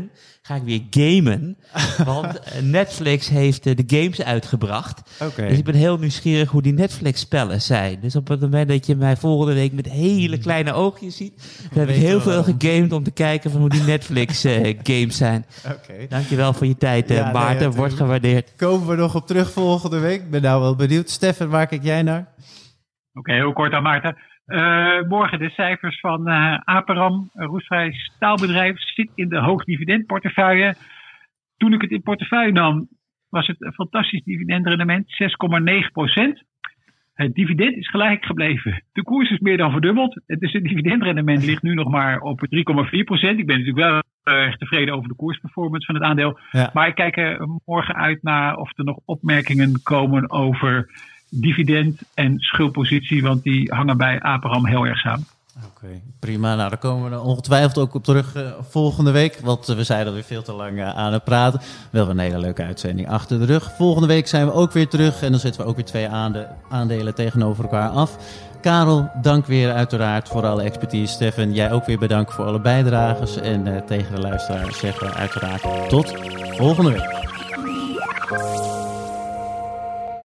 ga ik weer gamen. Want Netflix heeft de games uitgebracht. Oké. Dus ik ben heel nieuwsgierig hoe die Netflix-spellen zijn. Dus op het moment dat je mij volgende week met hele kleine oogjes ziet, dan heb ik heel veel gegamed om te kijken van hoe die Netflix-games zijn. Oké. Dankjewel voor je tijd, Maarten. Wordt gewaardeerd. Komen we nog op terug volgende week. Ik ben nou wel benieuwd. Stefan, waar kijk jij naar? Oké, heel kort aan Maarten. Morgen de cijfers van Aperam, een roestvrij staalbedrijf, zit in de hoogdividendportefeuille. Toen ik het in portefeuille nam, was het een fantastisch dividendrendement, 6,9%. Het dividend is gelijk gebleven. De koers is meer dan verdubbeld. Het dividendrendement ligt nu nog maar op 3,4%. Ik ben natuurlijk wel erg tevreden over de koersperformance van het aandeel. Ja. Maar ik kijk er morgen uit naar of er nog opmerkingen komen over dividend en schuldpositie, want die hangen bij Aperam heel erg samen. Oké, prima. Nou, daar komen we ongetwijfeld ook op terug volgende week. Want we zijn alweer veel te lang aan het praten. We hebben een hele leuke uitzending achter de rug. Volgende week zijn we ook weer terug. En dan zetten we ook weer 2 aandelen tegenover elkaar af. Karel, dank weer uiteraard voor alle expertise. Stefan, jij ook weer bedankt voor alle bijdrages. En tegen de luisteraars zeggen we uiteraard tot volgende week.